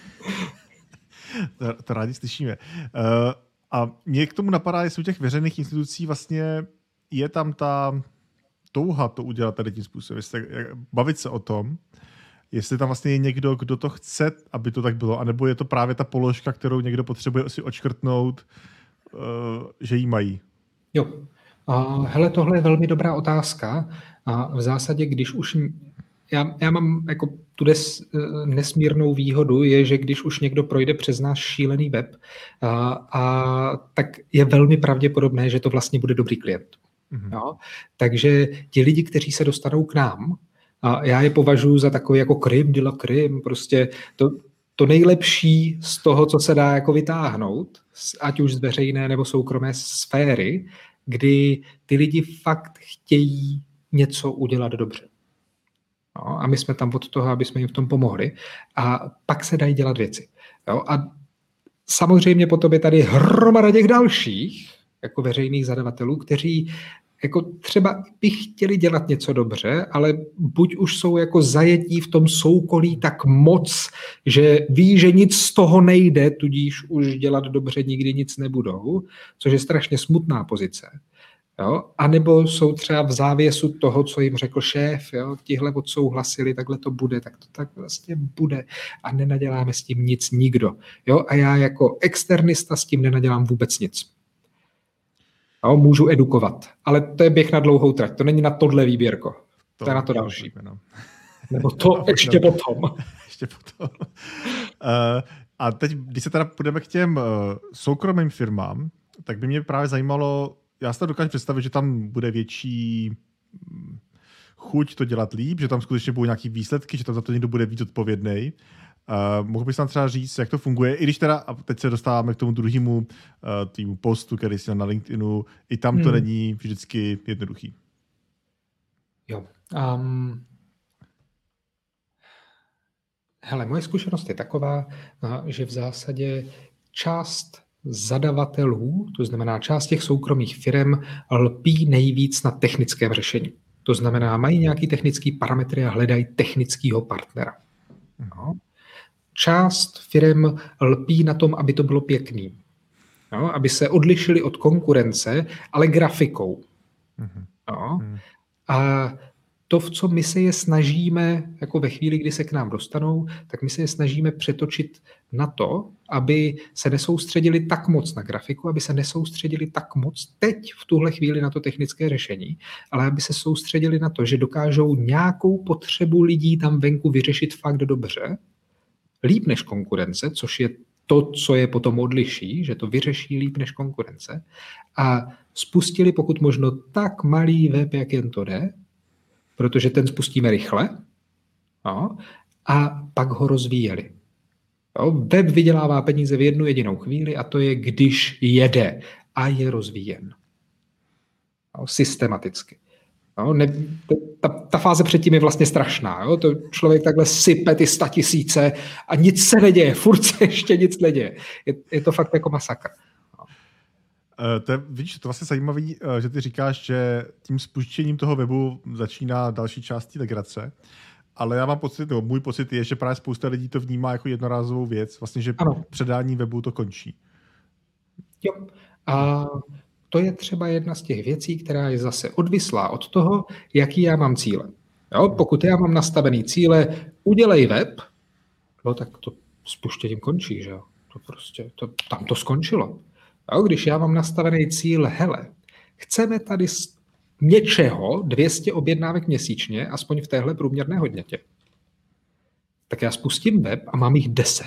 To rádi slyšíme. A mě k tomu napadá, jestli u těch veřejných institucí vlastně je tam ta touha to udělat tady tím způsobem. Bavit se o tom, jestli tam vlastně je někdo, kdo to chce, aby to tak bylo, anebo je to právě ta položka, kterou někdo potřebuje si odškrtnout, že ji mají. Jo. Hele, tohle je velmi dobrá otázka. A v zásadě, když už... Já mám jako tu nesmírnou výhodu, je, že když už někdo projde přes náš šílený web, tak je velmi pravděpodobné, že to vlastně bude dobrý klient. Jo? Takže ti lidi, kteří se dostanou k nám, a já je považuji za takový jako crème de la crème, prostě to nejlepší z toho, co se dá jako vytáhnout, ať už z veřejné nebo soukromé sféry, kdy ty lidi fakt chtějí něco udělat dobře. No, a my jsme tam od toho, aby jsme jim v tom pomohli. A pak se dají dělat věci. Jo? A samozřejmě potom je tady hromada těch dalších jako veřejných zadavatelů, kteří jako třeba by chtěli dělat něco dobře, ale buď už jsou jako zajetí v tom soukolí tak moc, že ví, že nic z toho nejde, tudíž už dělat dobře nikdy nic nebudou, což je strašně smutná pozice. Jo? A nebo jsou třeba v závěsu toho, co jim řekl šéf, jo? Tihle odsouhlasili, takhle to bude, tak to tak vlastně bude a nenaděláme s tím nic nikdo. Jo? A já jako externista s tím nenadělám vůbec nic. Jo? Můžu edukovat, ale to je běh na dlouhou trať, to není na tohle výběrko, to je na to další. Nebo to ještě potom. Ještě potom. A teď, když se teda půjdeme k těm soukromým firmám, tak by mě právě zajímalo, já si to dokážu představit, že tam bude větší chuť to dělat líp, že tam skutečně budou nějaký výsledky, že tam za to někdo bude víc odpovědnej. Mohl bys nám třeba říct, jak to funguje, i když teda, a teď se dostáváme k tomu druhému týmu postu, který jsi na LinkedInu, i tam to není vždycky jednoduchý. Jo. Hele, moje zkušenost je taková, že v zásadě část zadavatelů, to znamená část těch soukromých firm, lpí nejvíc na technickém řešení. To znamená, mají nějaký technický parametry a hledají technického partnera. No. Část firm lpí na tom, aby to bylo pěkný. No, aby se odlišili od konkurence, ale grafikou. No. A to, v co my se je snažíme, jako ve chvíli, kdy se k nám dostanou, tak my se je snažíme přetočit na to, aby se nesoustředili tak moc na grafiku, aby se nesoustředili tak moc teď v tuhle chvíli na to technické řešení, ale aby se soustředili na to, že dokážou nějakou potřebu lidí tam venku vyřešit fakt dobře, líp než konkurence, což je to, co je potom odliší, že to vyřeší líp než konkurence, a spustili pokud možno tak malý web, jak jen to jde, protože ten spustíme rychle, no, a pak ho rozvíjeli. Jo, web vydělává peníze v jednu jedinou chvíli a to je, když jede a je rozvíjen. Jo, systematicky. Jo, ta fáze předtím je vlastně strašná. Jo? To člověk takhle sype ty 100 000 a nic se neděje, furt se ještě nic neděje. Je to fakt jako masakr. Vidíš, to vlastně zajímavý, že ty říkáš, že tím spuštěním toho webu začíná další část legrace, ale já mám pocit, nebo můj pocit je, že právě spousta lidí to vnímá jako jednorázovou věc, vlastně, že předání webu to končí. Jo. A to je třeba jedna z těch věcí, která je zase odvislá od toho, jaký já mám cíle. Jo? Pokud já mám nastavený cíle, udělej web, no, tak to spuštěním končí, že jo? Tam to skončilo. Jo? Když já mám nastavený cíl, hele, chceme tady z něčeho 200 objednávek měsíčně, aspoň v téhle průměrné hodnotě, tak já spustím web a mám jich 10.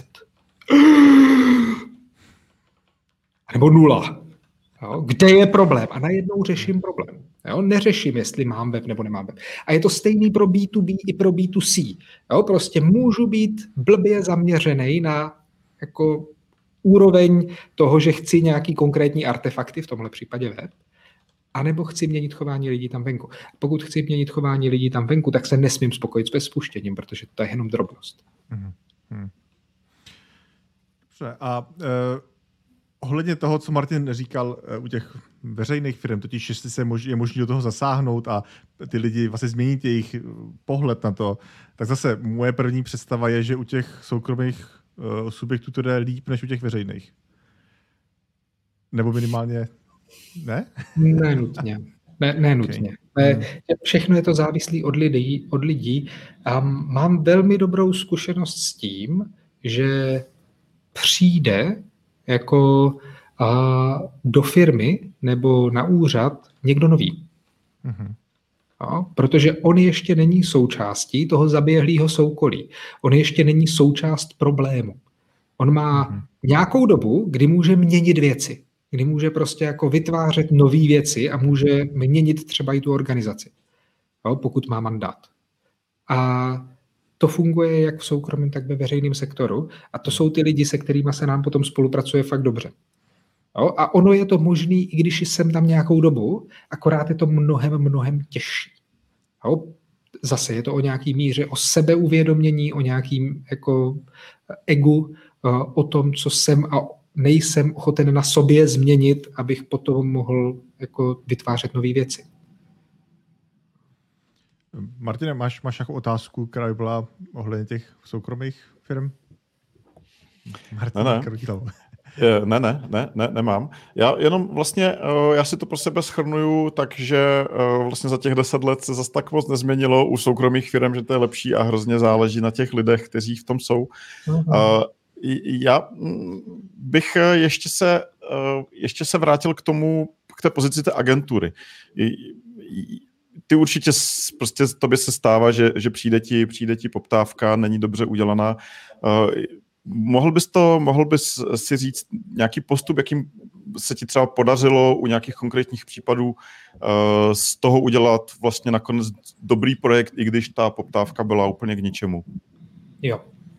Nebo 0. Jo, kde je problém? A najednou řeším problém. Jo, neřeším, jestli mám web nebo nemám web. A je to stejný pro B2B i pro B2C. Jo, prostě můžu být blbě zaměřený na jako úroveň toho, že chci nějaký konkrétní artefakty, v tomhle případě web, anebo chci měnit chování lidí tam venku. Pokud chci měnit chování lidí tam venku, tak se nesmím spokojit s spuštěním, protože to je jenom drobnost. Dobře, a ohledně toho, co Martin říkal u těch veřejných firm, totiž jestli je možné do toho zasáhnout a ty lidi vlastně změnit jejich pohled na to, tak zase moje první představa je, že u těch soukromých subjektů to jde líp než u těch veřejných. Nebo minimálně ne? Ne nutně. Ne nutně. Okay. Všechno je to závislé od lidí. A mám velmi dobrou zkušenost s tím, že přijde jako do firmy nebo na úřad někdo nový. No, protože on ještě není součástí toho zaběhlého soukolí. On ještě není součást problému. On má nějakou dobu, kdy může měnit věci. Kdy může prostě jako vytvářet nové věci a může měnit třeba i tu organizaci. No, pokud má mandát. A to funguje jak v soukromém, tak ve veřejném sektoru. A to jsou ty lidi, se kterými se nám potom spolupracuje fakt dobře. Jo? A ono je to možný, i když jsem tam nějakou dobu, akorát je to mnohem těžší. Jo? Zase je to o nějaký míře, o sebeuvědomění, o nějakým jako egu, o tom, co jsem a nejsem ochoten na sobě změnit, abych potom mohl jako vytvářet nové věci. Martine, máš nějakou otázku, která by byla ohledně těch soukromých firm? Ne, nemám. Já jenom vlastně, já si to pro sebe shrnuju, takže vlastně za těch 10 let se zase tak moc nezměnilo u soukromých firm, že to je lepší a hrozně záleží na těch lidech, kteří v tom jsou. Já bych ještě se vrátil k té pozici té agentury. Ty určitě prostě tobě se stává, že přijde ti poptávka, není dobře udělaná. Mohl bys si říct nějaký postup, jakým se ti třeba podařilo u nějakých konkrétních případů z toho udělat vlastně nakonec dobrý projekt, i když ta poptávka byla úplně k ničemu? Jo.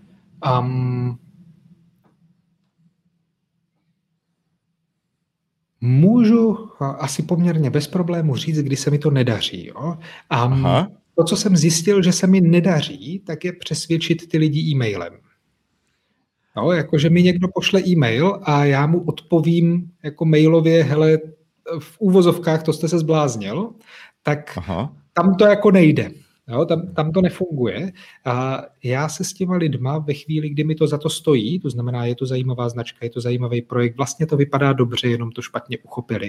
Můžu asi poměrně bez problému říct, kdy se mi to nedaří. Jo? To, co jsem zjistil, že se mi nedaří, tak je přesvědčit ty lidi e-mailem. No, jakože mi někdo pošle e-mail a já mu odpovím jako mailově, hele, v úvozovkách to jste se zbláznil, tak tam to jako nejde. Jo, tam to nefunguje. A já se s těma lidma ve chvíli, kdy mi to za to stojí, to znamená, je to zajímavá značka, je to zajímavý projekt, vlastně to vypadá dobře, jenom to špatně uchopili.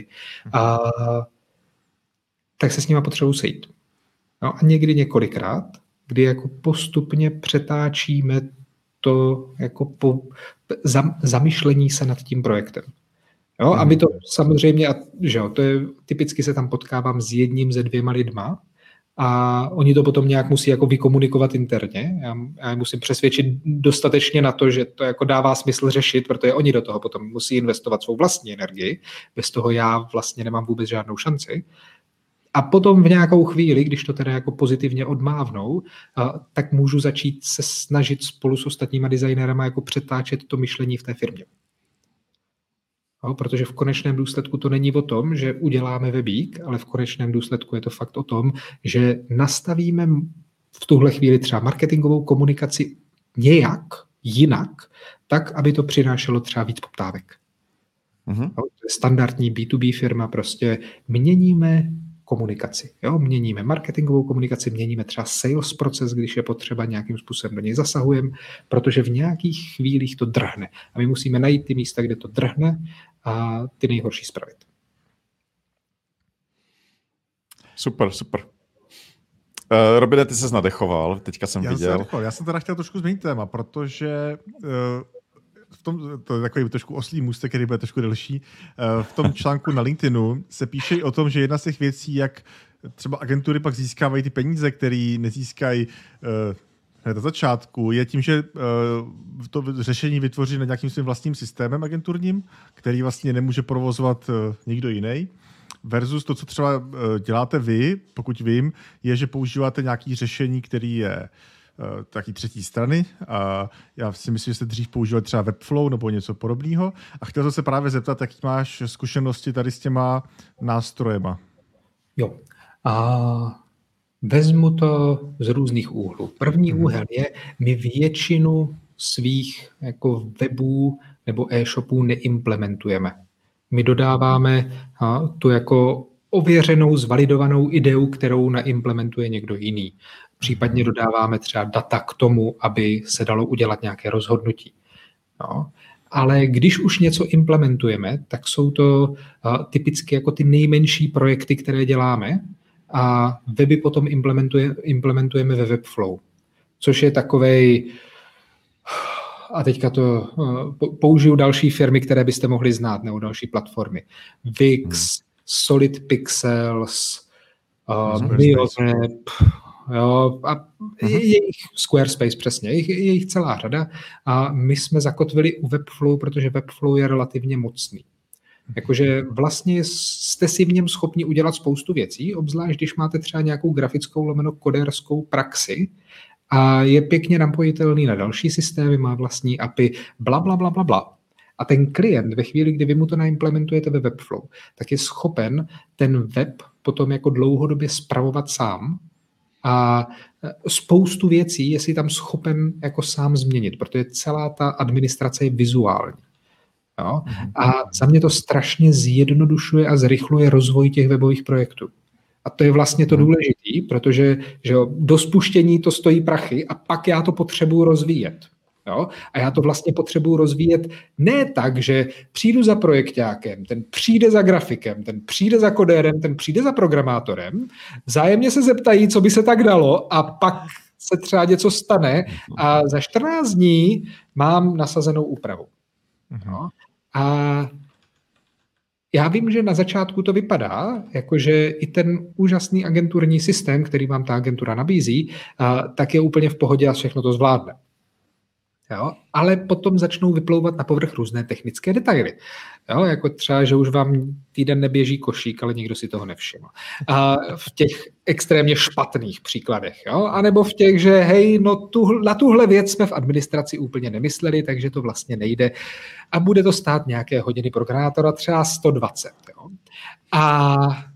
Tak se s nima potřebuji sejít. No a někdy několikrát, kdy jako postupně přetáčíme to jako zamyšlení se nad tím projektem. Jo, a my to samozřejmě, že jo, to je, typicky se tam potkávám s jedním, se 2 lidma, a oni to potom nějak musí jako vykomunikovat interně. Já musím přesvědčit dostatečně na to, že to jako dává smysl řešit, protože oni do toho potom musí investovat svou vlastní energii. Bez toho já vlastně nemám vůbec žádnou šanci. A potom v nějakou chvíli, když to teda jako pozitivně odmávnou, tak můžu začít se snažit spolu s ostatníma designérama jako přetáčet to myšlení v té firmě. No, protože v konečném důsledku to není o tom, že uděláme webík, ale v konečném důsledku je to fakt o tom, že nastavíme v tuhle chvíli třeba marketingovou komunikaci nějak jinak, tak, aby to přinášelo třeba víc poptávek. No, to je standardní B2B firma, prostě měníme komunikaci. Jo? Měníme marketingovou komunikaci, měníme třeba sales proces, když je potřeba, nějakým způsobem do něj zasahujeme, protože v nějakých chvílích to drhne. A my musíme najít ty místa, kde to drhne a ty nejhorší spravit. Super. Robine, ty ses nadechoval, teďka jsem viděl. Já jsem teda chtěl trošku změnit téma, protože v tom, to je takový trošku oslý můstek, který bude trošku delší. V tom článku na LinkedInu se píše i o tom, že jedna z těch věcí, jak třeba agentury pak získávají ty peníze, které nezískají na začátku, je tím, že to řešení vytvoří na nějakým svým vlastním systémem agenturním, který vlastně nemůže provozovat nikdo jiný. Versus to, co třeba děláte vy, pokud vím, je, že používáte nějaké řešení, který je taky třetí strany. A já si myslím, že jste dřív používali třeba Webflow nebo něco podobného. A chtěl jsem se právě zeptat, jaký máš zkušenosti tady s těma nástrojema. Jo. A vezmu to z různých úhlů. První úhel je, my většinu svých jako webů nebo e-shopů neimplementujeme. My dodáváme tu jako ověřenou, zvalidovanou ideu, kterou naimplementuje někdo jiný. Případně dodáváme třeba data k tomu, aby se dalo udělat nějaké rozhodnutí. No. Ale když už něco implementujeme, tak jsou to typicky jako ty nejmenší projekty, které děláme, a weby potom implementujeme ve Webflow, což je takovej, a teďka to použiju další firmy, které byste mohli znát, nebo další platformy. Wix, Solid Pixels, Mionet, jo, a jejich Squarespace přesně, je jich celá řada, a my jsme zakotvili u Webflow, protože Webflow je relativně mocný. Jakože vlastně jste si v něm schopni udělat spoustu věcí, obzvlášť když máte třeba nějakou grafickou koderskou praxi a je pěkně napojitelný na další systémy, má vlastní API, bla. A ten klient ve chvíli, kdy vy mu to naimplementujete ve Webflow, tak je schopen ten web potom jako dlouhodobě spravovat sám a spoustu věcí je si tam schopen jako sám změnit, protože celá ta administrace je vizuální. Jo? A za mě to strašně zjednodušuje a zrychluje rozvoj těch webových projektů. A to je vlastně to důležité, protože že jo, do spuštění to stojí prachy a pak já to potřebuji rozvíjet. Jo? A já to vlastně potřebuji rozvíjet ne tak, že přijdu za projekťákem, ten přijde za grafikem, ten přijde za kodérem, ten přijde za programátorem, vzájemně se zeptají, co by se tak dalo, a pak se třeba něco stane a za 14 dní mám nasazenou úpravu. No. A já vím, že na začátku to vypadá, jakože i ten úžasný agenturní systém, který vám ta agentura nabízí, tak je úplně v pohodě a všechno to zvládne. Jo? Ale potom začnou vyplouvat na povrch různé technické detaily. Jo? Jako třeba, že už vám týden neběží košík, ale nikdo si toho nevšiml. A v těch extrémně špatných příkladech. Jo? A nebo v těch, že hej, no na tuhle věc jsme v administraci úplně nemysleli, takže to vlastně nejde. A bude to stát nějaké hodiny programátora, třeba 120. Jo? A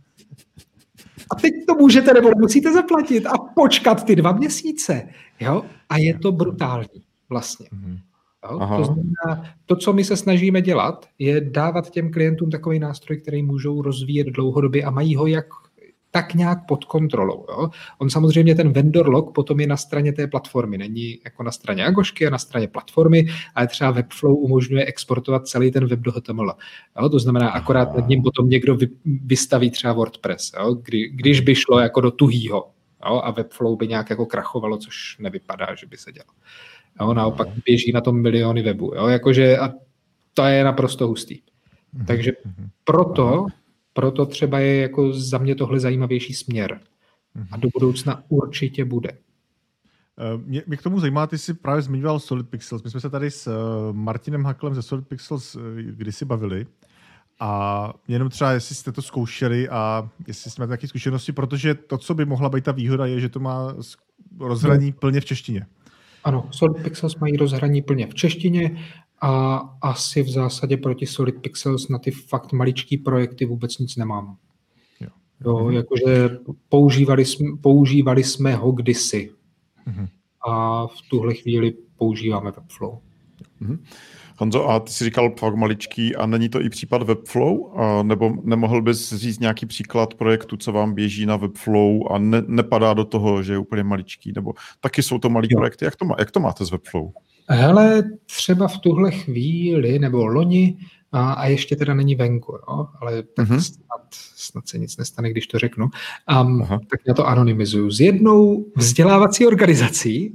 teď to můžete nebo musíte zaplatit a počkat ty 2 měsíce. Jo? A je to brutální vlastně. Jo? To znamená, to, co my se snažíme dělat, je dávat těm klientům takový nástroj, který můžou rozvíjet dlouhodobě a mají ho tak nějak pod kontrolou. Jo? On samozřejmě, ten vendor log potom je na straně té platformy, není jako na straně Agošky a na straně platformy, ale třeba Webflow umožňuje exportovat celý ten web do HTML. Jo? To znamená, akorát nad ním potom někdo vystaví třeba WordPress, jo? Když by šlo jako do tuhýho, jo? A Webflow by nějak jako krachovalo, což nevypadá, že by se dělo. Jo? Naopak běží na tom miliony webů. Jo? Jakože, a to je naprosto hustý. Takže proto třeba je jako za mě tohle zajímavější směr. A do budoucna určitě bude. Mě k tomu zajímá, ty jsi právě zmiňoval Solid Pixels. My jsme se tady s Martinem Haklem ze Solid Pixels kdysi bavili. A jenom třeba, jestli jste to zkoušeli a jestli jsme nějaké zkušenosti, protože to, co by mohla být ta výhoda, je, že to má rozhraní plně v češtině. Ano, Solid Pixels mají rozhraní plně v češtině a asi v zásadě proti Solid Pixels na ty fakt maličký projekty vůbec nic nemám. Jo, jakože používali jsme ho kdysi. A v tuhle chvíli používáme Webflow. Honzo, a ty jsi říkal fakt maličký, a není to i případ Webflow? Nebo nemohl bys říct nějaký příklad projektu, co vám běží na Webflow a nepadá do toho, že je úplně maličký? Nebo taky jsou to malý projekty? Jak to máte s Webflow? Hele, třeba v tuhle chvíli, nebo loni, a ještě teda není venku, jo? Ale tak snad se nic nestane, když to řeknu. Tak já to anonymizuju. S jednou vzdělávací organizací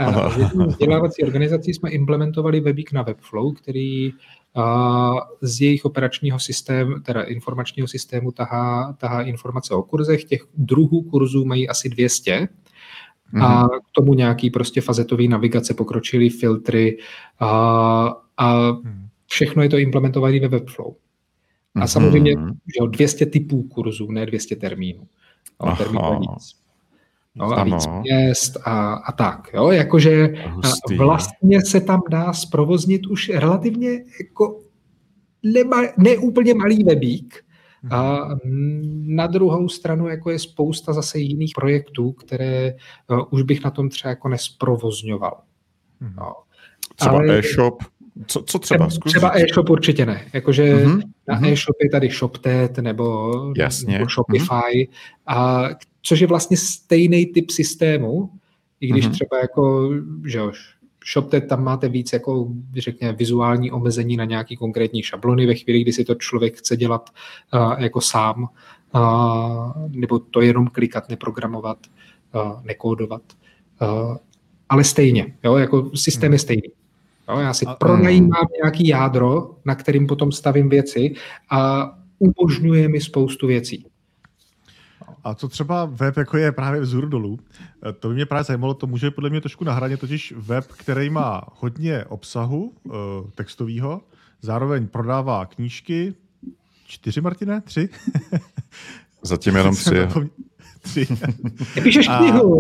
jsme implementovali webík na Webflow, který z jejich operačního systému, teda informačního systému tahá informace o kurzech. Těch druhů kurzů mají asi 200. A k tomu nějaký prostě fazetový navigace, pokročilý filtry a všechno je to implementované ve Webflow. A samozřejmě že 200 typů kurzů, ne 200 termínů. Termínů víc. A víc měst a tak. Jo? Jakože vlastně se tam dá zprovoznit už relativně jako neúplně malý webík. A na druhou stranu jako je spousta zase jiných projektů, které už bych na tom třeba jako nesprovozňoval. No. Třeba e-shop? Co třeba? Třeba e-shop určitě ne. Jakože na e-shop je tady ShopTet nebo Shopify, což je vlastně stejný typ systému, i když třeba jako, že ShopTet tam máte víc jako, řekněme, vizuální omezení na nějaký konkrétní šablony ve chvíli, kdy si to člověk chce dělat jako sám, nebo to jenom klikat, neprogramovat, nekódovat. Ale stejně, jo, jako systém je stejný. Jo, já si pronajímám nějaký jádro, na kterým potom stavím věci a umožňuje mi spoustu věcí. A co třeba web, jako je právě vzhůru dolů, to by mě právě zajímalo, to může podle mě trošku na hraně, totiž web, který má hodně obsahu textového, zároveň prodává knížky, 4, Martine? 3? Zatím jenom 3. 3. Nepíšeš knihu.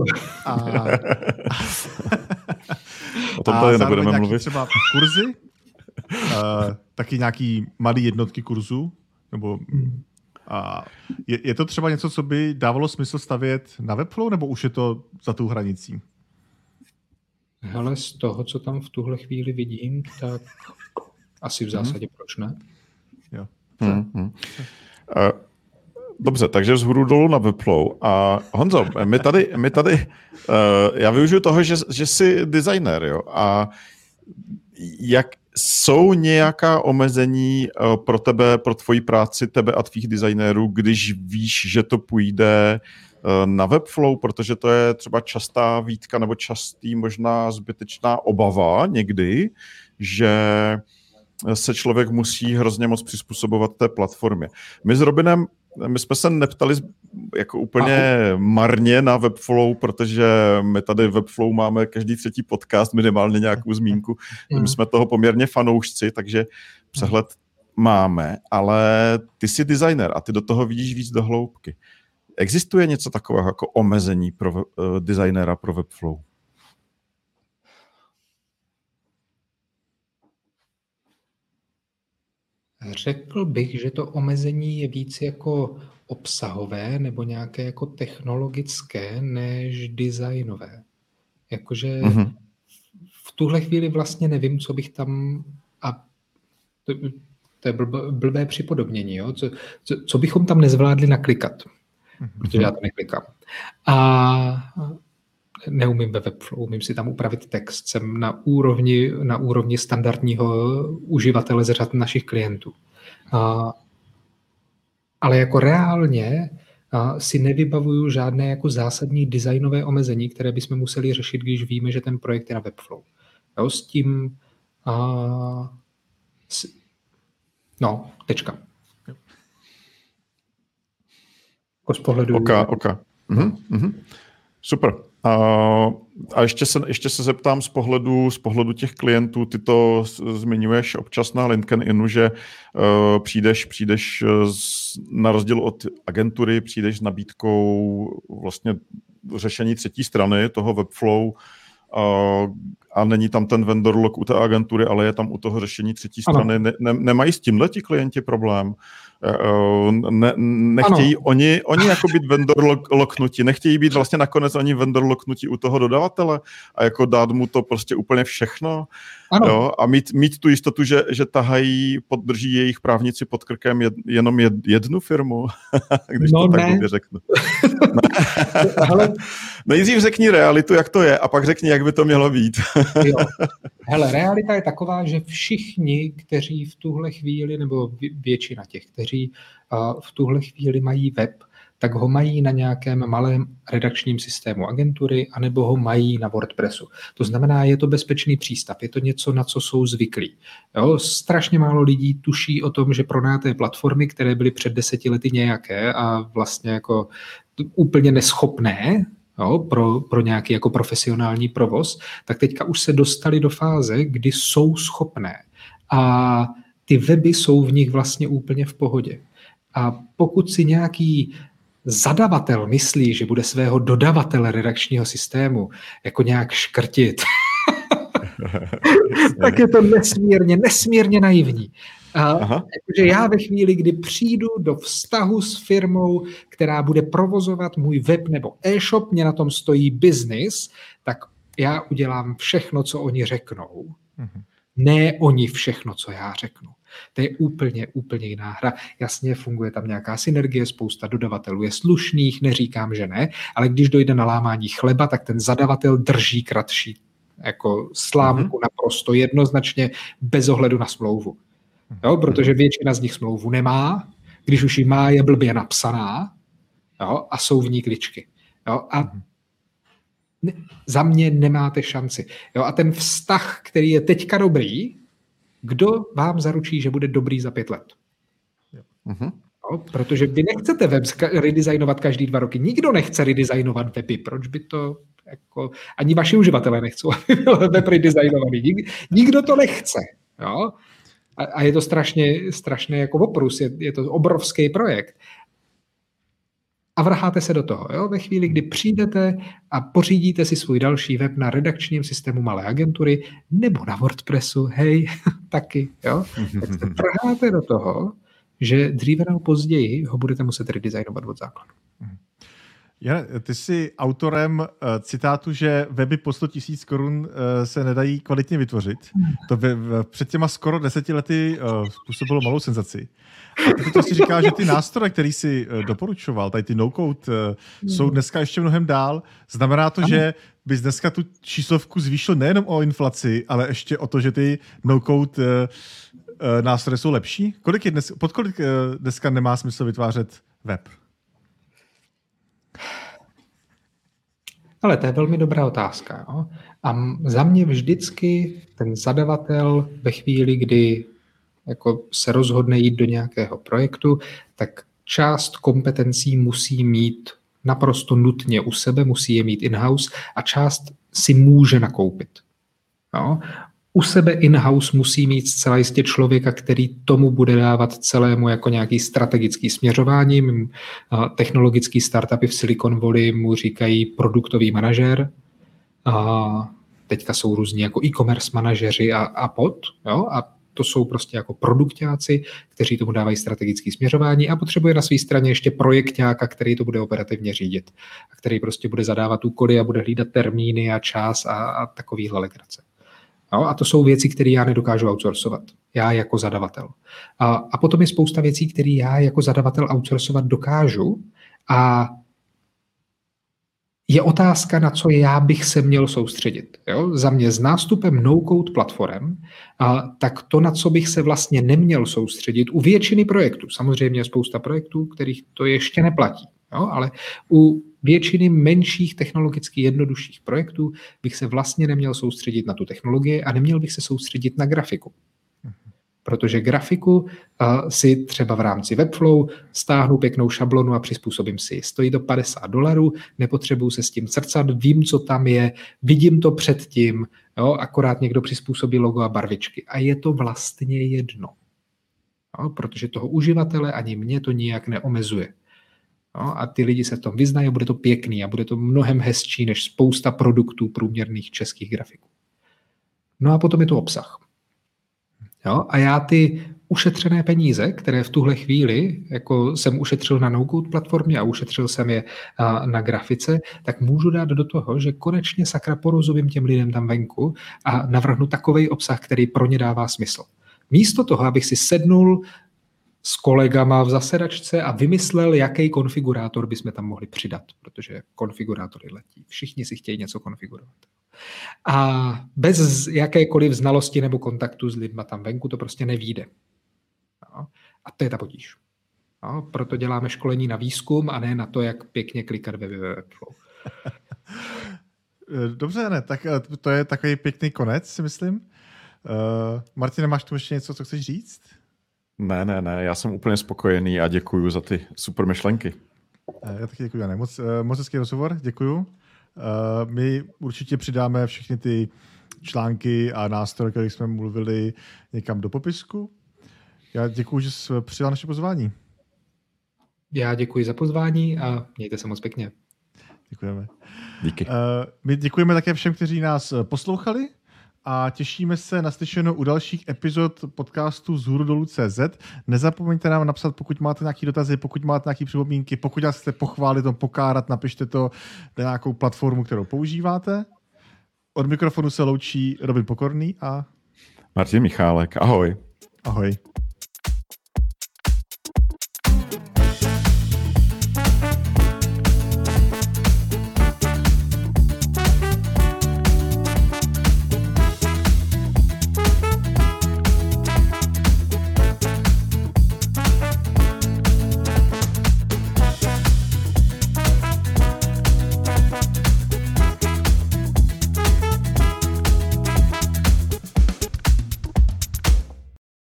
O tom tady nebudeme mluvit. Třeba kurzy, taky nějaký malý jednotky kurzů, nebo... A je to třeba něco, co by dávalo smysl stavět na Webflow, nebo už je to za tou hranicí? Hele, z toho, co tam v tuhle chvíli vidím, tak asi v zásadě proč ne? Jo. Dobře, takže vzhůru dolů na Webflow. A Honzo, my tady já využiju toho, že jsi designer, jo? A jak jsou nějaká omezení pro tebe, pro tvoji práci, tebe a tvých designérů, když víš, že to půjde na Webflow, protože to je třeba častá výtka nebo častý možná zbytečná obava někdy, že se člověk musí hrozně moc přizpůsobovat té platformě. My s Robinem my jsme se neptali jako úplně marně na Webflow, protože my tady Webflow máme každý třetí podcast, minimálně nějakou zmínku. My jsme toho poměrně fanoušci, takže přehled máme, ale ty jsi designer a ty do toho vidíš víc do hloubky. Existuje něco takového jako omezení pro designera pro Webflow? Řekl bych, že to omezení je víc jako obsahové nebo nějaké jako technologické než designové. Jakože v tuhle chvíli vlastně nevím, co bych tam... A to je blbé připodobnění, jo? Co bychom tam nezvládli naklikat, protože já to neklikám. A neumím ve Webflow, umím si tam upravit text, jsem na úrovni standardního uživatele z řad našich klientů. Ale jako reálně si nevybavuju žádné jako zásadní designové omezení, které bychom museli řešit, když víme, že ten projekt je na Webflow. Jo, s tím... No, tečka. Jako z pohledu... OK. Super. A ještě se zeptám z pohledu těch klientů, ty to zmiňuješ občas na LinkedInu, že přijdeš na rozdíl od agentury, přijdeš s nabídkou vlastně řešení třetí strany, toho Webflow, a není tam ten vendor lock u té agentury, ale je tam u toho řešení třetí strany. Nemají s tímhle ti klienti problém? Nechtějí oni jako být vendor locknutí, nechtějí být vlastně nakonec ani vendor locknutí u toho dodavatele a jako dát mu to prostě úplně všechno, jo? A mít tu jistotu, že tahají, drží jejich právníci pod krkem jenom jednu firmu, když to tak blbě řeknu. Nejdřív řekni realitu, jak to je, a pak řekni, jak by to mělo být. Jo. Hele, realita je taková, že všichni, kteří v tuhle chvíli, nebo většina těch, kteří v tuhle chvíli mají web, tak ho mají na nějakém malém redakčním systému agentury, anebo ho mají na WordPressu. To znamená, je to bezpečný přístav, je to něco, na co jsou zvyklí. Jo? Strašně málo lidí tuší o tom, že pronajaté platformy, které byly před 10 lety nějaké a vlastně jako úplně neschopné, jo, pro nějaký jako profesionální provoz, tak teďka už se dostali do fáze, kdy jsou schopné. A ty weby jsou v nich vlastně úplně v pohodě. A pokud si nějaký zadavatel myslí, že bude svého dodavatele redakčního systému jako nějak škrtit, tak je to nesmírně naivní. Takže já ve chvíli, kdy přijdu do vztahu s firmou, která bude provozovat můj web nebo e-shop, mě na tom stojí business, tak já udělám všechno, co oni řeknou. Ne oni všechno, co já řeknu. To je úplně jiná hra. Jasně, funguje tam nějaká synergie, spousta dodavatelů je slušných, neříkám, že ne, ale když dojde na lámání chleba, tak ten zadavatel drží kratší jako slámku naprosto jednoznačně bez ohledu na smlouvu. Jo, protože většina z nich smlouvu nemá, když už ji má, je blbě napsaná, jo, a jsou v ní kličky. Jo, a za mě nemáte šanci. Jo, a ten vztah, který je teďka dobrý, kdo vám zaručí, že bude dobrý za 5 let? Jo, protože vy nechcete web redesignovat každý 2 roky. Nikdo nechce redesignovat weby. Proč by to jako... Ani vaši uživatelé nechcou, aby byl web redesignovaný. Nikdo to nechce. Jo? A je to strašně jako oprus. Je to obrovský projekt. A vrháte se do toho. Jo? Ve chvíli, kdy přijdete a pořídíte si svůj další web na redakčním systému malé agentury nebo na WordPressu, hej, taky, jo? Tak se vrháte do toho, že dříve nebo později ho budete muset redesignovat od základu. Jane, ty jsi autorem citátu, že weby po 100 000 korun se nedají kvalitně vytvořit. To před těma skoro 10 lety způsobilo malou senzaci. A ty to si říká, že ty nástroje, který jsi doporučoval, tady ty no-code, jsou dneska ještě mnohem dál. Znamená to, že bys dneska tu číslovku zvýšil nejenom o inflaci, ale ještě o to, že ty no-code nástroje jsou lepší? Pod kolik dneska nemá smysl vytvářet web? Ale to je velmi dobrá otázka. Jo? A za mě vždycky ten zadavatel ve chvíli, kdy jako se rozhodne jít do nějakého projektu, tak část kompetencí musí mít naprosto nutně u sebe, musí je mít in-house a část si může nakoupit. Jo? U sebe in-house musí mít zcela jistě člověka, který tomu bude dávat celému jako nějaký strategický směřování. Technologický startupy v Silicon Valley mu říkají produktový manažer. Teďka jsou různí jako e-commerce manažeři a pod. Jo? A to jsou prostě jako produktáci, kteří tomu dávají strategické směřování a potřebuje na své straně ještě projekťáka, který to bude operativně řídit. A který prostě bude zadávat úkoly a bude hlídat termíny a čas a takovýhle legrace. No, a to jsou věci, které já nedokážu outsourcovat. Já jako zadavatel. A potom je spousta věcí, které já jako zadavatel outsourcovat dokážu a je otázka, na co já bych se měl soustředit. Jo? Za mě s nástupem no-code platform, tak to, na co bych se vlastně neměl soustředit u většiny projektů, samozřejmě je spousta projektů, kterých to ještě neplatí, jo? Ale u většiny menších technologicky jednodušších projektů bych se vlastně neměl soustředit na tu technologii a neměl bych se soustředit na grafiku. Protože grafiku si třeba v rámci Webflow stáhnu pěknou šablonu a přizpůsobím si. Stojí to $50, nepotřebuju se s tím crcat, vím, co tam je, vidím to předtím, jo, akorát někdo přizpůsobí logo a barvičky. A je to vlastně jedno. Jo, protože toho uživatele ani mě to nijak neomezuje. No, a ty lidi se v tom vyznají a bude to pěkný a bude to mnohem hezčí než spousta produktů průměrných českých grafiků. No a potom je to obsah. Jo, a já ty ušetřené peníze, které v tuhle chvíli jako jsem ušetřil na no-code platformě a ušetřil jsem je na grafice, tak můžu dát do toho, že konečně sakra porozumím těm lidem tam venku a navrhnu takovej obsah, který pro ně dává smysl. Místo toho, abych si sednul s kolegama v zasedačce a vymyslel, jaký konfigurátor bychom tam mohli přidat, protože konfigurátory letí. Všichni si chtějí něco konfigurovat. A bez jakékoliv znalosti nebo kontaktu s lidma tam venku to prostě nevyjde. No. A to je ta potíž. No, proto děláme školení na výzkum a ne na to, jak pěkně klikat ve Webflow. Dobře, ne, tak to je takový pěkný konec, si myslím. Martine, máš tu ještě něco, co chceš říct? Ne, já jsem úplně spokojený a děkuju za ty super myšlenky. Já taky děkuju, Jane. Moc hezký rozhovor, děkuju. My určitě přidáme všechny ty články a nástroje, o kterých jsme mluvili, někam do popisku. Já děkuju, že jsi přijal naše pozvání. Já děkuji za pozvání a mějte se moc pěkně. Děkujeme. Díky. My děkujeme také všem, kteří nás poslouchali a těšíme se na slyšenou u dalších epizod podcastu zhurudolu.cz. Nezapomeňte nám napsat, pokud máte nějaké dotazy, pokud máte nějaké připomínky, pokud nás chcete pochválit, pokárat, napište to na nějakou platformu, kterou používáte. Od mikrofonu se loučí Robin Pokorný a Martin Michálek. Ahoj. Ahoj.